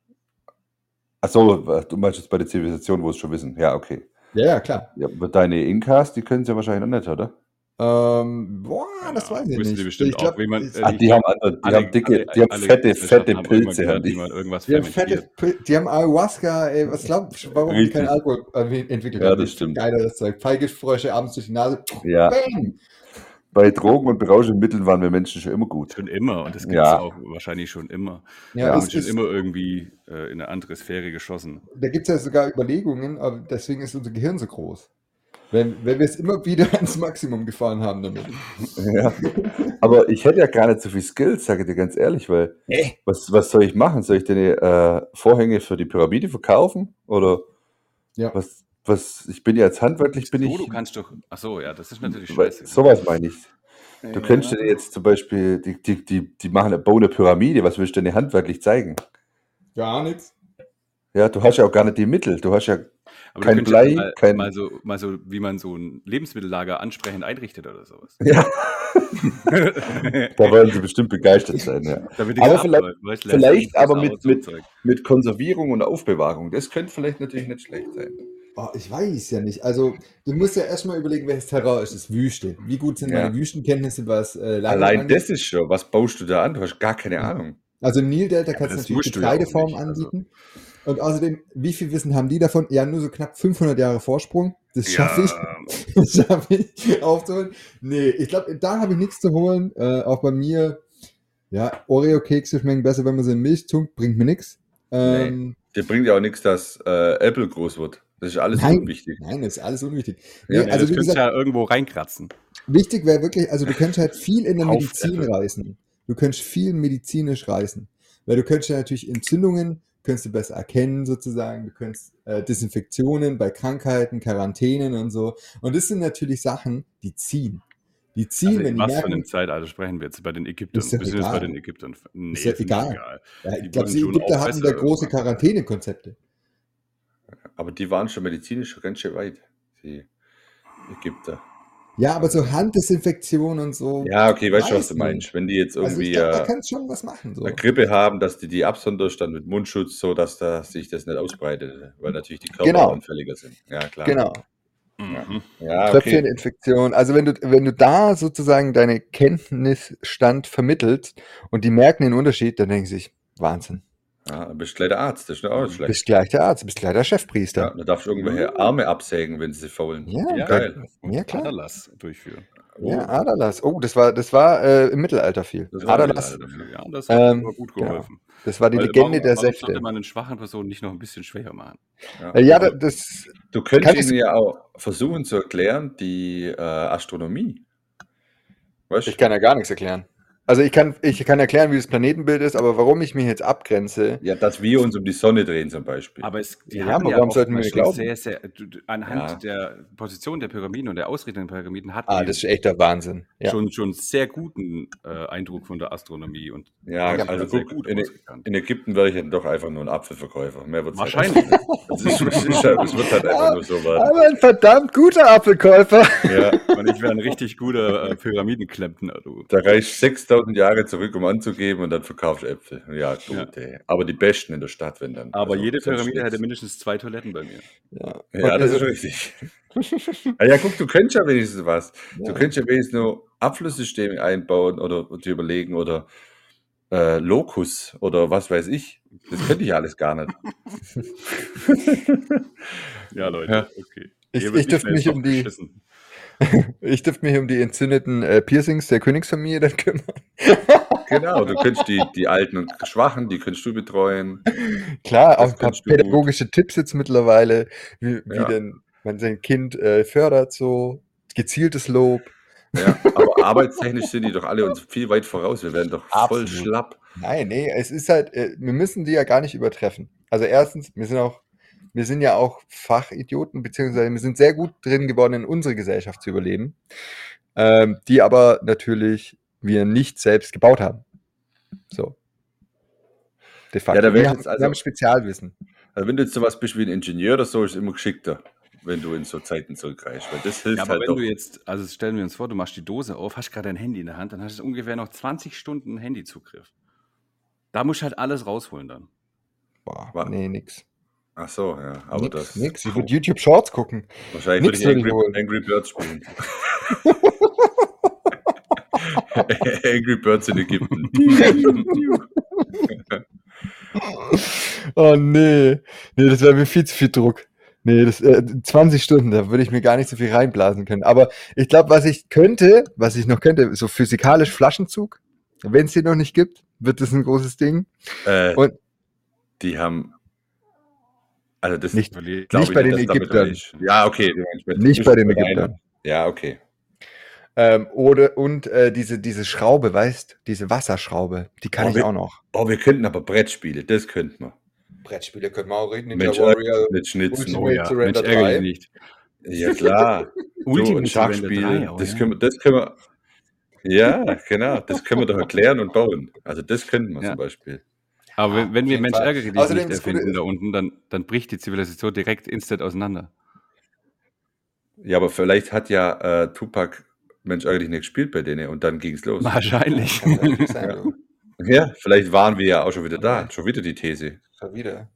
Achso, du meinst jetzt bei der Zivilisation, wo es schon wissen. Ja, okay. Ja, ja, klar. Ja, aber deine Inkas, die können es ja wahrscheinlich noch nicht, oder? Ähm, boah, das Ja, weiß ich wüssten die nicht. bestimmt Ich auch, glaube, wie man, ich, äh, Ah, ich die haben glaube, andere, die alle, haben dicke, alle, die haben alle fette, Gesellschaften fette haben irgendwann Pilze, haben gelernt, wie die. man irgendwas die haben fette, fermentiert. Pil- die haben Ayahuasca, ey, was glaubst du, warum die keinen Richtig. Alkohol äh, entwickelt Ja, haben? das Die stimmt. geileres Zeug. Pfeilgiftfrösche abends durch die Nase. Ja. Bang! Bei Drogen und Berauschungsmitteln waren wir Menschen schon immer gut. Schon immer. Und das gibt es Ja, auch wahrscheinlich schon immer. Ja, Wir ja. haben es schon ist, immer irgendwie äh, in eine andere Sphäre geschossen. da gibt es ja sogar Überlegungen, aber deswegen ist unser Gehirn so groß. Wenn, wenn wir es immer wieder ans Maximum gefahren haben damit. Ja. Aber ich hätte ja gar nicht so viel Skills, sage ich dir ganz ehrlich, weil Äh, was, was soll ich machen? Soll ich denn äh, Vorhänge für die Pyramide verkaufen? Oder ja. was, was, ich bin ja jetzt handwerklich, bin So, du ich, kannst doch. Achso, ja, das ist natürlich weil, scheiße. sowas meine ich. Du könntest Ja. dir jetzt zum Beispiel, die, die, die, die machen, bauen eine Pyramide, was willst du denn handwerklich zeigen? Gar nichts. Ja, du hast ja auch gar nicht die Mittel, du hast ja Aber du kein könntest ja Blei, mal, kein, mal, so, mal so, wie man so ein Lebensmittellager ansprechend einrichtet oder sowas. ja, da wollen sie bestimmt begeistert sein, ja. Damit Aber nichts vielleicht, abläuft. Weißt du, vielleicht Lasagne, aber Sauer, mit, so mit, Zeug. mit Konservierung und Aufbewahrung, das könnte vielleicht natürlich nicht schlecht sein. Oh, ich weiß ja nicht. Also, du musst ja erstmal überlegen, welches Terrain ist. Das Wüste. Wie gut sind Ja. meine Wüstenkenntnisse, was äh, Lagerung Allein angeht? das ist schon, was baust du da an? Du hast gar keine Ahnung. Also im Nildelta Ja, aber kannst du das natürlich musst du ja auch Getreideformen nicht. Also, anbieten. Und außerdem, wie viel Wissen haben die davon? Ja, nur so knapp fünfhundert Jahre Vorsprung. Das schaffe ich. ja, Das schaffe ich aufzuholen. Nee, ich glaube, da habe ich nichts zu holen. Äh, auch bei mir, ja, Oreo-Kekse schmecken besser, wenn man sie in Milch tunkt. Bringt mir nichts. Nee. Ähm, Dir bringt ja auch nichts, dass äh, Apple groß wird. Das ist alles nein, unwichtig. nein, das ist alles unwichtig. Ja. Nee, nee, also das wie könntest du gesagt, ja irgendwo reinkratzen. wichtig wäre wirklich, also du könntest halt viel in der Kauft Medizin Apple. reißen. Du könntest viel medizinisch reißen. Weil du könntest ja natürlich Entzündungen, könntest du besser erkennen sozusagen. Du könntest äh, Desinfektionen bei Krankheiten, Quarantänen und so. Und das sind natürlich Sachen, die ziehen. Die ziehen, Also wenn in die was für merken, einem Zeitalter sprechen wir jetzt? Bei den Ägyptern? ist doch Wir sind jetzt bei egal. den Ägyptern. Nee, Ist ja ist nicht egal. egal. Ja, Die ich glaube, wurden die schon Ägypter auch hatten besser da große irgendwann. Quarantänekonzepte. Aber die waren schon medizinisch schon ganz schön weit, die Ägypter. Ja, aber so Handdesinfektion und so, Ja, okay, weißt du, was weiß du nicht. meinst. Wenn die jetzt Also ich irgendwie glaube, da äh, kannst du schon was machen. So. eine Grippe haben, dass die die absonderst dann mit Mundschutz, so dass da sich das nicht ausbreitet, weil natürlich die Körper Genau. anfälliger sind. Ja, klar. Genau. Ja, Mhm. ja okay. Tröpfcheninfektion. Also wenn du, wenn du da sozusagen deine Kenntnisstand vermittelst und die merken den Unterschied, dann denken sie sich, Wahnsinn. Ja, dann bist du gleich der Arzt, das ist auch nicht Du schlecht. bist gleich der Arzt, du bist gleich der Ja, Chefpriester. da darfst du irgendwelche Arme absägen, wenn sie sie faulen. Ja, Ja, Geil. und ja klar. Aderlass durchführen. Ja, Aderlass. Oh, das war, das war äh, im Mittelalter viel. Das war Aderlass, Mittelalter, ja, das hat ähm, aber gut genau. geholfen. Das war die Weil Legende warum, der warum sollte Säfte. man einen schwachen Personen nicht noch ein bisschen schwächer machen? Ja. Äh, ja, da- Du, das du könntest kannst ihnen du. ja auch versuchen zu erklären, die äh, Astronomie. Weißt Ich du? kann ja gar nichts erklären. Also ich kann, ich kann erklären, wie das Planetenbild ist, aber warum ich mich jetzt abgrenze. Ja, dass wir uns um die Sonne drehen zum Beispiel. Aber es, die Ja, hatten aber ja warum sollten wir oftmals mir schon glauben? sehr, sehr, du- du- anhand Ja. der Position der Pyramiden und der Ausrichtung der Pyramiden hatten Ah, die das ist echter Wahnsinn. Ja. schon schon sehr guten äh, Eindruck von der Astronomie und Ja, haben sich also da sehr guck, gut in, ausgekannt. in Ägypten wäre ich dann doch einfach nur ein Apfelverkäufer. Mehr wird's halt Wahrscheinlich. nicht. Es, ist, es, ist halt, es wird halt einfach nur so werden. Aber ein verdammt guter Apfelkäufer. Ja, Und ich wäre ein richtig guter äh, Pyramidenklempner, du. da reicht sechstausend Jahre zurück, um anzugeben und dann verkaufst du Äpfel. Ja, gut, Ja. ey. Aber die besten in der Stadt, wenn dann. Aber Also, jede sonst Pyramide hätte nichts. mindestens zwei Toiletten bei mir. Ja, Ja, Und, das äh, ist richtig. Ah ja, guck, du könntest ja wenigstens was. Du Ja. könntest ja wenigstens nur Abflusssysteme einbauen oder dir überlegen oder äh, Locus oder was weiß ich. Das könnte ich alles gar nicht. Ja, Leute, Ja. okay. Ich- Hier wird ich dürfte mehr mich um Stoff die- geschissen. Ich dürfte mich um die entzündeten äh, Piercings der Königsfamilie dann kümmern. Genau, du könntest die, die Alten und Schwachen, die könntest du betreuen. Klar, Das auch ein paar kannst du gut. pädagogische Tipps jetzt mittlerweile, wie, wie Ja. denn man sein Kind äh, fördert, so gezieltes Lob. Ja, aber arbeitstechnisch sind die doch alle uns viel weit voraus. Wir werden doch voll Absolut. schlapp. Nein, nee, es ist halt, äh, wir müssen die ja gar nicht übertreffen. Also erstens, wir sind auch, wir sind ja auch Fachidioten, beziehungsweise wir sind sehr gut drin geworden, in unsere Gesellschaft zu überleben, ähm, die aber natürlich wir nicht selbst gebaut haben. So. De facto. Ja, da wär wir, ich haben, jetzt also- wir haben Spezialwissen. Also wenn du jetzt sowas bist wie ein Ingenieur oder so, ist es immer geschickter, wenn du in so Zeiten zurückreichst. Weil das hilft Ja, aber halt wenn doch. du jetzt, also stellen wir uns vor, du machst die Dose auf, hast gerade dein Handy in der Hand, dann hast du ungefähr noch zwanzig Stunden Handyzugriff. Da musst du halt alles rausholen dann. Boah, Wa- nee, nix. Ach so, ja. Aber nix, das. nix. Ich würde YouTube Shorts gucken. Wahrscheinlich nix würde ich würde ich Angry, holen. Angry Birds spielen. Angry Birds in Ägypten. Oh nee. Nee, das wäre mir viel zu viel Druck. Nee, das, äh, zwanzig Stunden, da würde ich mir gar nicht so viel reinblasen können. Aber ich glaube, was ich könnte, was ich noch könnte, so physikalisch Flaschenzug. Wenn es den noch nicht gibt, wird das ein großes Ding. Äh, Und die haben. Also das Nicht- Überleg- glaub nicht ich bei den dass damit Ägyptern. reicht. Ja, okay. du meinst bei- Nicht bei den bei deinen- Ägyptern. Ja, okay. Ähm, oder und äh, diese, diese Schraube, weißt, diese Wasserschraube, die kann Oh, ich wir- auch noch. Oh, wir könnten aber Brettspiele, das könnten wir. Brettspiele können wir auch reden. Ninja Mensch, Warrior. mit Schnitzen. Ultimate Oh ja, Surrender Mensch, ärgere drei. dich nicht. Ja, klar. So, Ultimate ein Surrender Schachspiel, drei, oh das, ja. können wir, das können wir. Ja, genau. Das können wir doch erklären und bauen. Also, das könnten wir Ja. zum Beispiel. Aber Ja, wenn, wenn auf wir jeden Mensch Fall. ärgere dich Außerdem nicht das Gute erfinden ist- da unten, dann, dann bricht die Zivilisation direkt instant auseinander. Ja, aber vielleicht hat ja äh, Tupac Mensch eigentlich nicht gespielt bei denen und dann ging es los. Wahrscheinlich. Kann natürlich sein, du. Ja, vielleicht waren wir ja auch schon wieder da. Okay. Schon wieder die These. Schon wieder.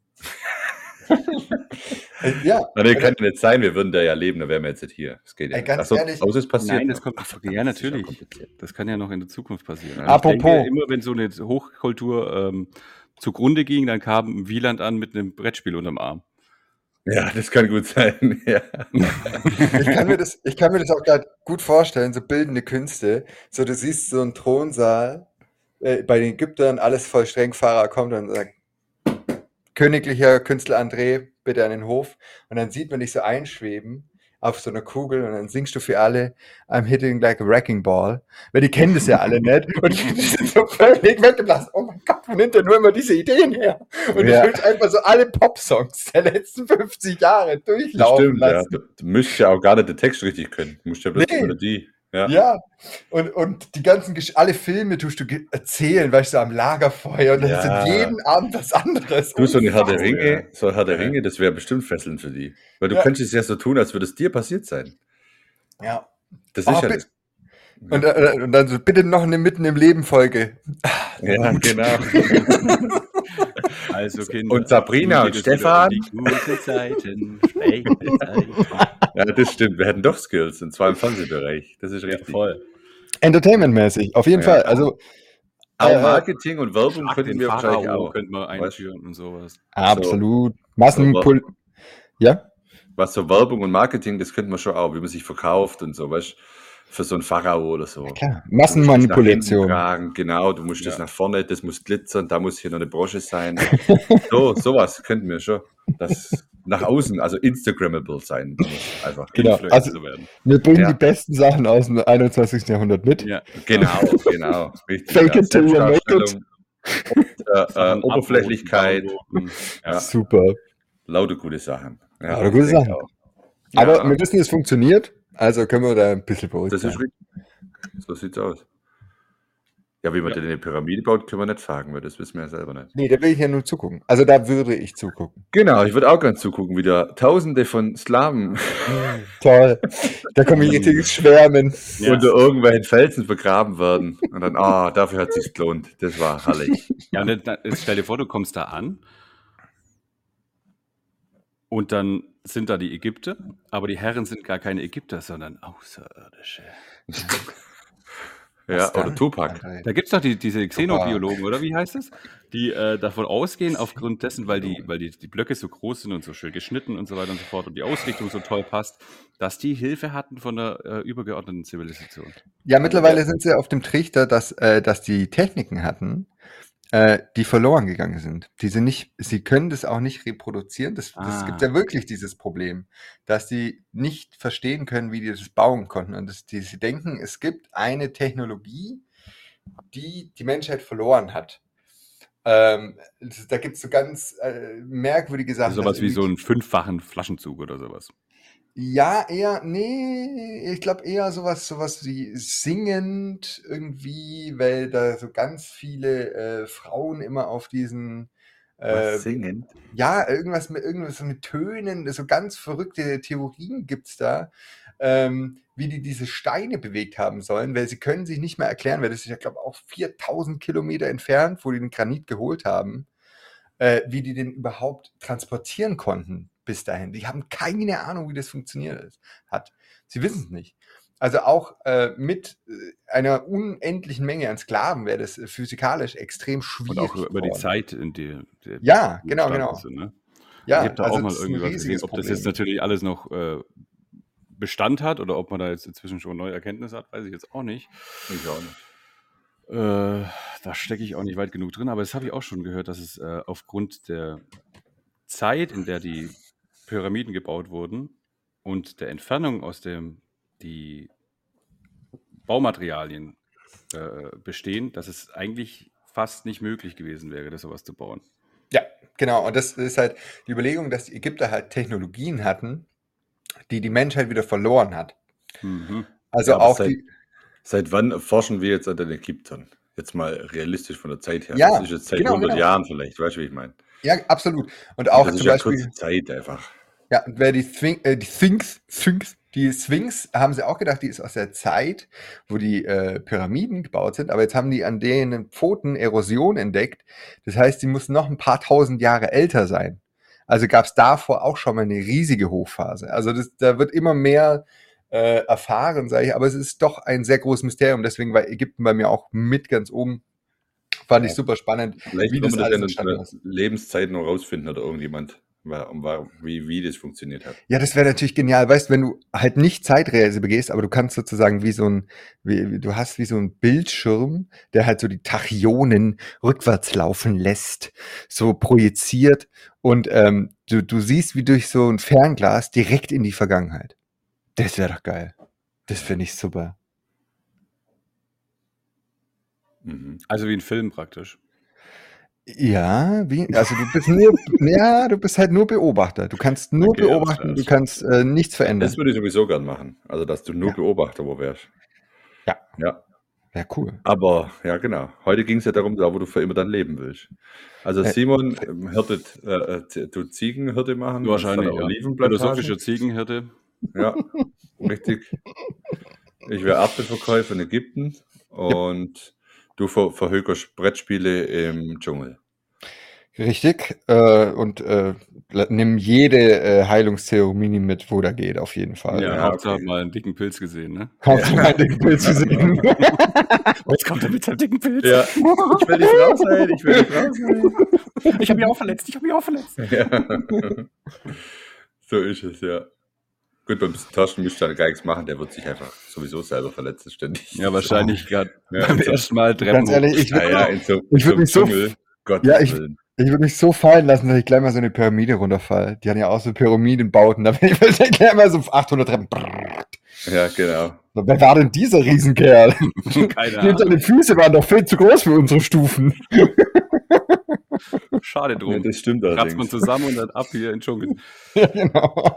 Äh, ja, Na, nee, kann ja nicht sein, wir würden da ja leben, da wären wir jetzt nicht hier. Das geht ja Ey, nicht. ganz Ach so, ehrlich- außer es passiert. Nein, das noch. kommt Ach, ja das ist ja natürlich. kompliziert. Das kann ja noch in der Zukunft passieren. Also Apropos. Ich denke, immer wenn so eine Hochkultur ähm, zugrunde ging, dann kam ein Wieland an mit einem Brettspiel unterm Arm. Ja, das kann gut sein. Ja. ich kann mir das, ich kann mir das auch gerade gut vorstellen, so bildende Künste. So, du siehst so einen Thronsaal, äh, bei den Ägyptern, alles voll streng, Pharao kommt und sagt, königlicher Künstler André, bitte an den Hof. Und dann sieht man dich so einschweben auf so einer Kugel und dann singst du für alle I'm hitting like a wrecking ball. Weil die kennen das ja alle nicht. Und die sind so völlig weggeblasen. Oh mein Gott, wo nimmt der nur immer diese Ideen her? Und Ja. du willst einfach so alle Popsongs der letzten fünfzig Jahre Das durchlaufen stimmt, ja. lassen. Du, du müsst ja auch gar nicht den Text richtig können. Du musst ja bloß Nee. die Melodie. Ja. Ja, und, und die ganzen, Gesch alle Filme tust du ge- erzählen, weißt du, am Lagerfeuer und dann Ja. ist jeden Abend was anderes. Du, so eine Herr der Unfassbar. Ringe, so ein Herr der Ja. Ringe, das wäre bestimmt fesselnd für die. Weil du Ja. könntest es ja so tun, als würde es dir passiert sein. Ja. Das Oh, ist ja bi- das. Und, äh, und dann so, bitte noch eine Mitten im Leben Folge. Ja, genau. Also Kinder. Und Sabrina nun und geht es wieder Stefan. Um die guten Zeiten, schlechte Zeiten. Ja, das stimmt. Wir hätten doch Skills, und zwar im Fernsehbereich. Das ist richtig. Voll. Entertainmentmäßig, auf jeden Ja. Fall. Also, Auch Äh, Marketing und Werbung Schlag könnten den wir wahrscheinlich Pharao auch. könnten wir einführen und sowas. absolut. Massenpol. Ja? Was so Werbung und Marketing, das könnten wir schon auch, wie man sich verkauft und so, weißt für so einen Pharao oder so. Ja, klar. Du musst das nach hinten Massenmanipulation. tragen, genau, du musst das Ja. nach vorne, das muss glitzern, da muss hier noch eine Brosche sein. So, sowas könnten wir schon. Das nach außen, also Instagrammable sein. Da muss einfach. Genau. Influencer Also werden. wir bringen Ja. die besten Sachen aus dem einundzwanzigsten Jahrhundert mit. Ja. Genau, genau. Richtig. Fake Ja. it till you make it. Selbstdarstellung und äh, äh, Sachen Oberflächlichkeit. uploaden, downloaden. Ja. Super. Lauter gute Sachen. Ja, Lauter ich gute denke Sachen. auch. Aber Ja, wir wissen, es funktioniert. Also können wir da ein bisschen beruhigt das ist sein. richtig. So sieht's aus. Ja, wie man Ja. denn eine Pyramide baut, können wir nicht fragen, weil das wissen wir ja selber nicht. Nee, da will ich ja nur zugucken. Also da würde ich zugucken. Genau, ich würde auch gerne zugucken, wie da Tausende von Slawen Toll. Da kommen richtiges Schwärmen. Ja. unter irgendwelchen Felsen vergraben werden. Und dann, ah, dafür hat es sich gelohnt. Das war herrlich. Ja, und dann, dann, jetzt stell dir vor, du kommst da an und dann sind da die Ägypter, aber die Herren sind gar keine Ägypter, sondern Außerirdische. Ja, Was oder dann? Tupac. André? Da gibt es doch die, diese Xenobiologen, oder wie heißt es? Die äh, davon ausgehen, aufgrund dessen, weil, die, weil die, die Blöcke so groß sind und so schön geschnitten und so weiter und so fort und die Ausrichtung so toll passt, dass die Hilfe hatten von der äh, übergeordneten Zivilisation. Ja, mittlerweile sind sie auf dem Trichter, dass, äh, dass die Techniken hatten, äh, die verloren gegangen sind. Die sind nicht, sie können das auch nicht reproduzieren. Das, das Ah. gibt ja wirklich dieses Problem, dass sie nicht verstehen können, wie die das bauen konnten. Und das, die, sie denken, es gibt eine Technologie, die die Menschheit verloren hat. Ähm, das, da gibt es so ganz äh, merkwürdige Sachen. Sowas dass wie so irgendwie- einen fünffachen Flaschenzug oder sowas. Ja, eher, nee, ich glaube eher sowas, sowas wie singend irgendwie, weil da so ganz viele äh, Frauen immer auf diesen, äh, Was singen? ja, irgendwas mit irgendwas mit Tönen, so ganz verrückte Theorien gibt's da, ähm, wie die diese Steine bewegt haben sollen, weil sie können sich nicht mehr erklären, weil das ist ja, glaube ich, auch viertausend Kilometer entfernt, wo die den Granit geholt haben, äh, wie die den überhaupt transportieren konnten bis dahin. Die haben keine Ahnung, wie das funktioniert ist, hat. Sie wissen es nicht. Also auch äh, mit äh, einer unendlichen Menge an Sklaven wäre das äh, physikalisch extrem Und schwierig auch über die geworden. Zeit, in die, die Ja, die genau, entstanden genau. sind, ne? Ja, ich habe da also auch mal das ist ein irgendwie was gesehen, riesiges ob das jetzt Problem. natürlich alles noch äh, Bestand hat oder ob man da jetzt inzwischen schon neue Erkenntnisse hat, weiß ich jetzt auch nicht. Ich auch nicht. Äh, da stecke ich auch nicht weit genug drin, aber das habe ich auch schon gehört, dass es äh, aufgrund der Zeit, in der die Pyramiden gebaut wurden und der Entfernung, aus dem die Baumaterialien äh, bestehen, dass es eigentlich fast nicht möglich gewesen wäre, das sowas zu bauen. Ja, genau. Und das ist halt die Überlegung, dass die Ägypter halt Technologien hatten, die die Menschheit wieder verloren hat. Mhm. Also Ja, aber auch seit- die, Seit wann forschen wir jetzt an den Ägyptern? Jetzt mal realistisch von der Zeit her. Ja, das ist jetzt seit genau, hundert genau. Jahren vielleicht, weißt du, wie ich meine? ja, absolut. Und auch Das ist zum ja Beispiel, kurze Zeit einfach. ja, und wer die, Sphinx, äh, die Sphinx, Sphinx, die Sphinx, haben sie auch gedacht, die ist aus der Zeit, wo die äh, Pyramiden gebaut sind, aber jetzt haben die an denen Pfoten Erosion entdeckt. Das heißt, die muss noch ein paar tausend Jahre älter sein. Also gab es davor auch schon mal eine riesige Hochphase. Also das, da wird immer mehr äh, erfahren, sage ich, aber es ist doch ein sehr großes Mysterium. Deswegen war Ägypten bei mir auch mit ganz oben. Fand ich super spannend, Vielleicht wie wird das man das alles in entstanden unserer ist. Lebenszeit noch rausfinden oder irgendjemand, wa- um wa- wie, wie das funktioniert hat. Ja, das wäre natürlich genial. Weißt du, wenn du halt nicht Zeitreise begehst, aber du kannst sozusagen wie so ein, wie, wie- du hast wie so ein Bildschirm, der halt so die Tachyonen rückwärts laufen lässt, so projiziert und ähm, du, du siehst wie durch so ein Fernglas direkt in die Vergangenheit. Das wäre doch geil. Das finde ich super. Mhm. Also wie ein Film praktisch. Ja, wie, also du bist nur, ja, du bist halt nur Beobachter. Du kannst nur Okay, alles klar, beobachten, du alles klar. kannst äh, nichts verändern. Das würde ich sowieso gern machen. Also, dass du nur Ja. Beobachter wo wärst. Ja. Ja. Ja, cool. Aber, ja, genau. Heute ging es ja darum, da wo du für immer dein Leben willst. Also, Äh, Simon ähm, hirtet, äh, äh, Z- du Ziegenhirte machen. Wahrscheinlich, auf seiner ja. Olivenplantage. Philosophischer Ziegenhirte. Ja, richtig. Ich wäre Apfelverkäufer in Ägypten und du ver verhökerst Brettspiele im Dschungel. Richtig. Äh, und äh, la- nimm jede äh, Heilungszeremonie mit, wo da geht, auf jeden Fall. Ja, ja, Hauptsache okay. mal einen dicken Pilz gesehen, ne? Hauptsache mal den Bild zu sehen. Jetzt kommt er mit seinem dicken Pilz. Ja, ich will nicht raus sein, ich will nicht raus sein. Ich habe mich auch verletzt, ich habe mich auch verletzt. Ja. So ist es, ja. Gut, beim Thorsten müsste er gar nichts machen, der wird sich einfach sowieso selber verletzen ständig. Ja, wahrscheinlich gerade Ja, beim in so- ersten Mal Treppen Ganz ehrlich, ich Ja, würde ja, in so, in Ich so würd einem mich so- Dschungel. Gottes Ja, ich- Willen. ich würd mich so fallen lassen, dass ich gleich mal so eine Pyramide runterfall. Die haben ja auch so Pyramidenbauten. Da bin ich wahrscheinlich gleich mal so auf achthundert Treppen. Brrr. Ja, genau. Wer war denn dieser Riesenkerl? Keine Seine Ahnung. Füße waren doch viel zu groß für unsere Stufen. Schade Ja, drum. das stimmt Kratzt man allerdings. zusammen und dann ab hier in den Dschungel. Ja, genau.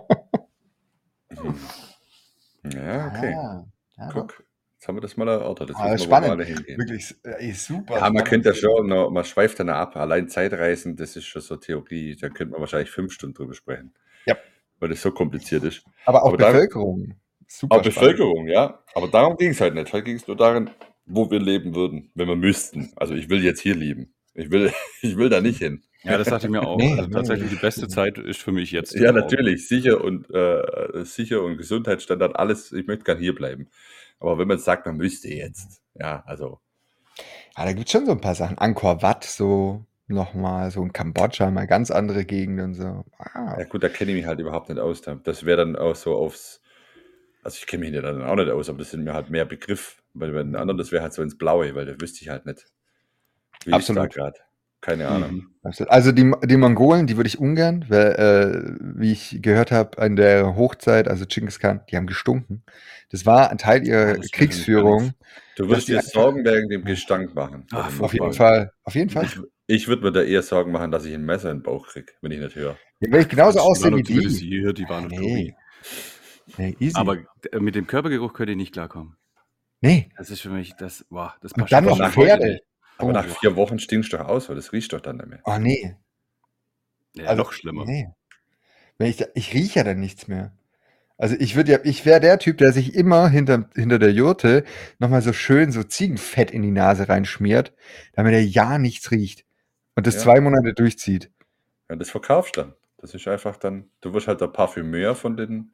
Ja, okay. Ah, ja, doch. Guck, jetzt haben wir das mal erörtert. Jetzt Ah, wissen wir, wo wir spannend. alle hingehen. Wirklich äh, super. Ja, man spannend. könnte ja schon, noch, man schweift dann ab. Allein Zeitreisen, das ist schon so Theorie. Da könnte man wahrscheinlich fünf Stunden drüber sprechen. Ja. Weil das so kompliziert ist. Aber auch aber da- Bevölkerung. Super Aber spannend. Bevölkerung, ja. Aber darum ging es halt nicht. Halt ging es nur darin, wo wir leben würden, wenn wir müssten. Also ich will jetzt hier leben. Ich will, ich will da nicht hin. Ja, das dachte ich mir auch. Nee, also nee. tatsächlich die beste Zeit ist für mich jetzt. Ja, überhaupt. natürlich. Sicher und äh, sicher und Gesundheitsstandard, alles. Ich möchte gern hier bleiben. Aber wenn man sagt, man müsste jetzt, ja, also Ja, da gibt es schon so ein paar Sachen. Angkor Wat, so nochmal, so in Kambodscha, mal ganz andere Gegenden und so. Ah. ja gut, da kenne ich mich halt überhaupt nicht aus. Da- Das wäre dann auch so aufs, also ich kenne mich dann auch nicht aus, aber das sind mir halt mehr Begriff. Weil bei den anderen, das wäre halt so ins Blaue, weil da wüsste ich halt nicht. Wie ist da Absolut. gerade? Keine Ahnung. Mhm. Also die, die Mongolen, die würde ich ungern, weil, äh, wie ich gehört habe, an der Hochzeit, also Genghis Khan, die haben gestunken. Das war ein Teil ihrer Ja, das Kriegsführung. Du wirst die dir einfach- Sorgen wegen dem Gestank machen. Ah, Bei den Auf jeden Mongolen. Fall. Auf jeden Fall. Ich, ich würde mir da eher Sorgen machen, dass ich ein Messer in den Bauch kriege, wenn ich nicht höre. Ja, wenn ich genauso Die aussehe waren wie doch zumindest die. hier, die waren doch Nee. Nee, easy. Aber äh, mit dem Körpergeruch könnt ihr nicht klarkommen. nee. Das ist für mich das, boah, das Und passt dann schon noch bis heute Pferde. nicht. Aber Oh. nach vier Wochen stinkst du doch aus, weil das riecht doch dann nicht mehr. Oh nee. Ja, Also, noch schlimmer. Nee. Wenn ich, da, ich rieche ja dann nichts mehr. Also ich würde ja, ich wäre der Typ, der sich immer hinter, hinter der Jurte nochmal so schön so Ziegenfett in die Nase reinschmiert, damit er ja nichts riecht. Und das Ja. zwei Monate durchzieht. Ja, das verkaufst du dann. Das ist einfach dann, du wirst halt der Parfümeur von den.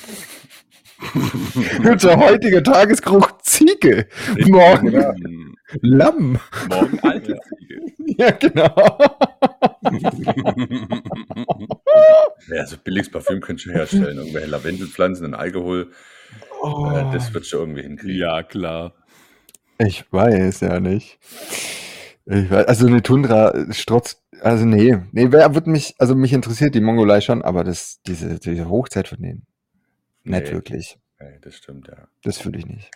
Unser heutiger Tagesgeruch Ziege. Morgen Ja. Hm, Lamm. Morgen alte Ziege. Ja, genau. Ja, so billiges Parfüm könntest du herstellen. Irgendwelche Lavendelpflanzen und Alkohol. Äh, das wird schon irgendwie hinkriegen. Ja, klar. Ich weiß ja nicht. Ich weiß, also eine Tundra strotzt, also nee, nee, wer wird mich, also mich interessiert die Mongolei schon, aber das, diese, diese Hochzeit von denen, nicht Nee. wirklich. Nee, das stimmt, ja. Das fühle ich nicht.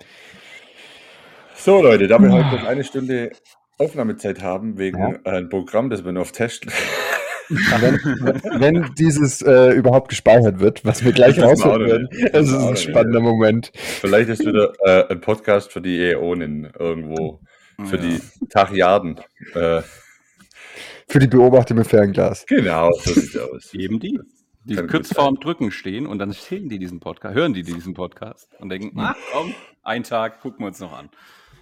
So, Leute, da wir heute noch eine Stunde Aufnahmezeit haben, wegen Ja. äh, ein Programm, das wir nur auf Test. Und wenn, wenn dieses äh, überhaupt gespeichert wird, was wir gleich Das wissen wir auch rausfinden noch werden, nicht. Das es wissen ist wir auch ein noch spannender nicht. Moment. Vielleicht ist wieder äh, ein Podcast für die Äonen irgendwo, für Ja. die Tachiaden. Äh, Für die Beobachter mit Fernglas. genau, so sieht's aus. Eben die. Die Kann gut kurz sein. vorm Drücken stehen und dann sehen die diesen Podcast, hören die diesen Podcast und denken, ah, komm, einen Tag, gucken wir uns noch an.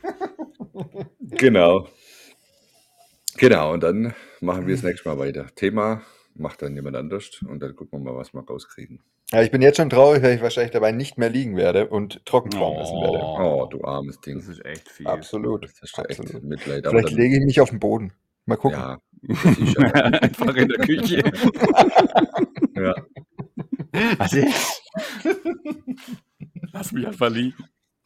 Genau. Genau, und dann machen wir das nächste Mal weiter. Thema macht dann jemand anders und dann gucken wir mal, was wir rauskriegen. Ja, ich bin jetzt schon traurig, weil ich wahrscheinlich dabei nicht mehr liegen werde und Trockentraum essen werde. Oh, du armes Ding. Das ist echt viel. Absolut. Das ist ja echt Absolut. Mitleid. Aber Vielleicht dann, lege ich mich auf den Boden. Mal gucken. ja, das ist ja, Einfach in der Küche. ja. Also, Lass mich einfach liegen.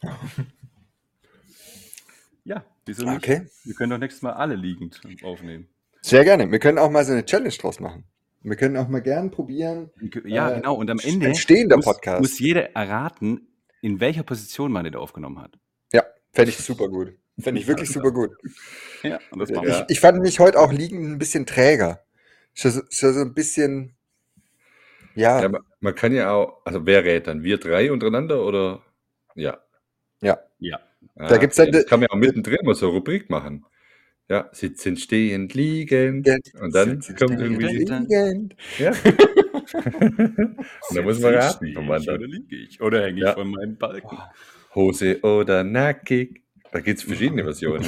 Ja, wieso nicht? okay. Wir können doch nächstes Mal alle liegend aufnehmen. Sehr gerne. Wir können auch mal so eine Challenge draus machen. Wir können auch mal gern probieren. Ja, Äh, genau. Und am Ende ein stehender muss, Podcast. muss jeder erraten, in welcher Position man den aufgenommen hat. Ja, fände ich super gut. Fände ich wirklich super gut. Ja, und das Ja. machen Ich, wir. ich fand mich heute auch liegend ein bisschen träger. Schon so, schon so ein bisschen, ja, Ja, man, man kann ja auch, also wer rät dann? Wir drei untereinander oder? Ja. ja. Ja. Ah, Da gibt's dann das de- kann man ja auch mittendrin mal so eine Rubrik machen. Ja, sitzend, stehend, liegend. Und dann Sitzend, kommt stehend, irgendwie. liegend. Ja. Und dann muss man Sitze ich, raten stehe vom ich Oder anderen. liege ich? Oder hänge ich Ja. von meinen Balken? Hose oder nackig. Da gibt es verschiedene Versionen.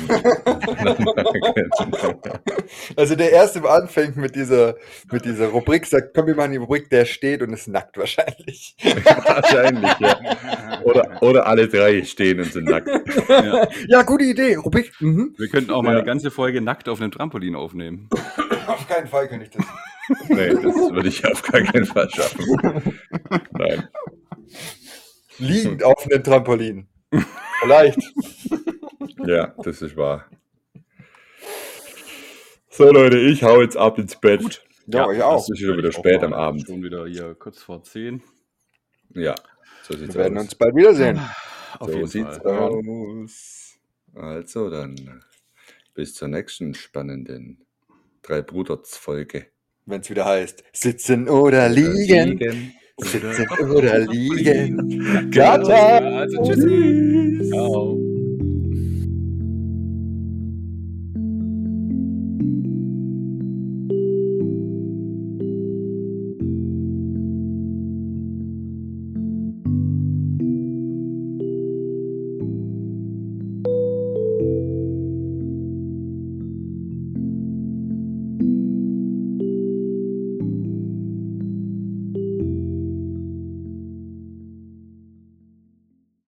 Also der erste anfängt mit dieser, mit dieser Rubrik, sagt, komm, wir machen die Rubrik, der steht und ist nackt wahrscheinlich. Wahrscheinlich, ja. Oder, oder alle drei stehen und sind nackt. Ja. Ja, gute Idee, Rubrik. Mhm. Wir könnten auch mal Ja. eine ganze Folge nackt auf einem Trampolin aufnehmen. Auf keinen Fall könnte ich das. Nee, das würde ich auf gar keinen Fall schaffen. Nein. Liegend auf einem Trampolin. Vielleicht. Ja, das ist wahr. So, Leute, ich hau jetzt ab ins Bett. Gut. Ja, ich auch. Es ist schon wieder Ich auch spät mal. am Abend. Schon wieder hier kurz vor zehn. Ja, so sieht's Wir werden aus. uns bald wiedersehen. Auf so jeden sieht's Fall. aus. Also dann, bis zur nächsten spannenden Drei-Bruders-Folge. Wenn es wieder heißt, sitzen oder liegen. Sitzen oder liegen. Ciao, Ciao, ciao. Also, tschüssi. Ciao.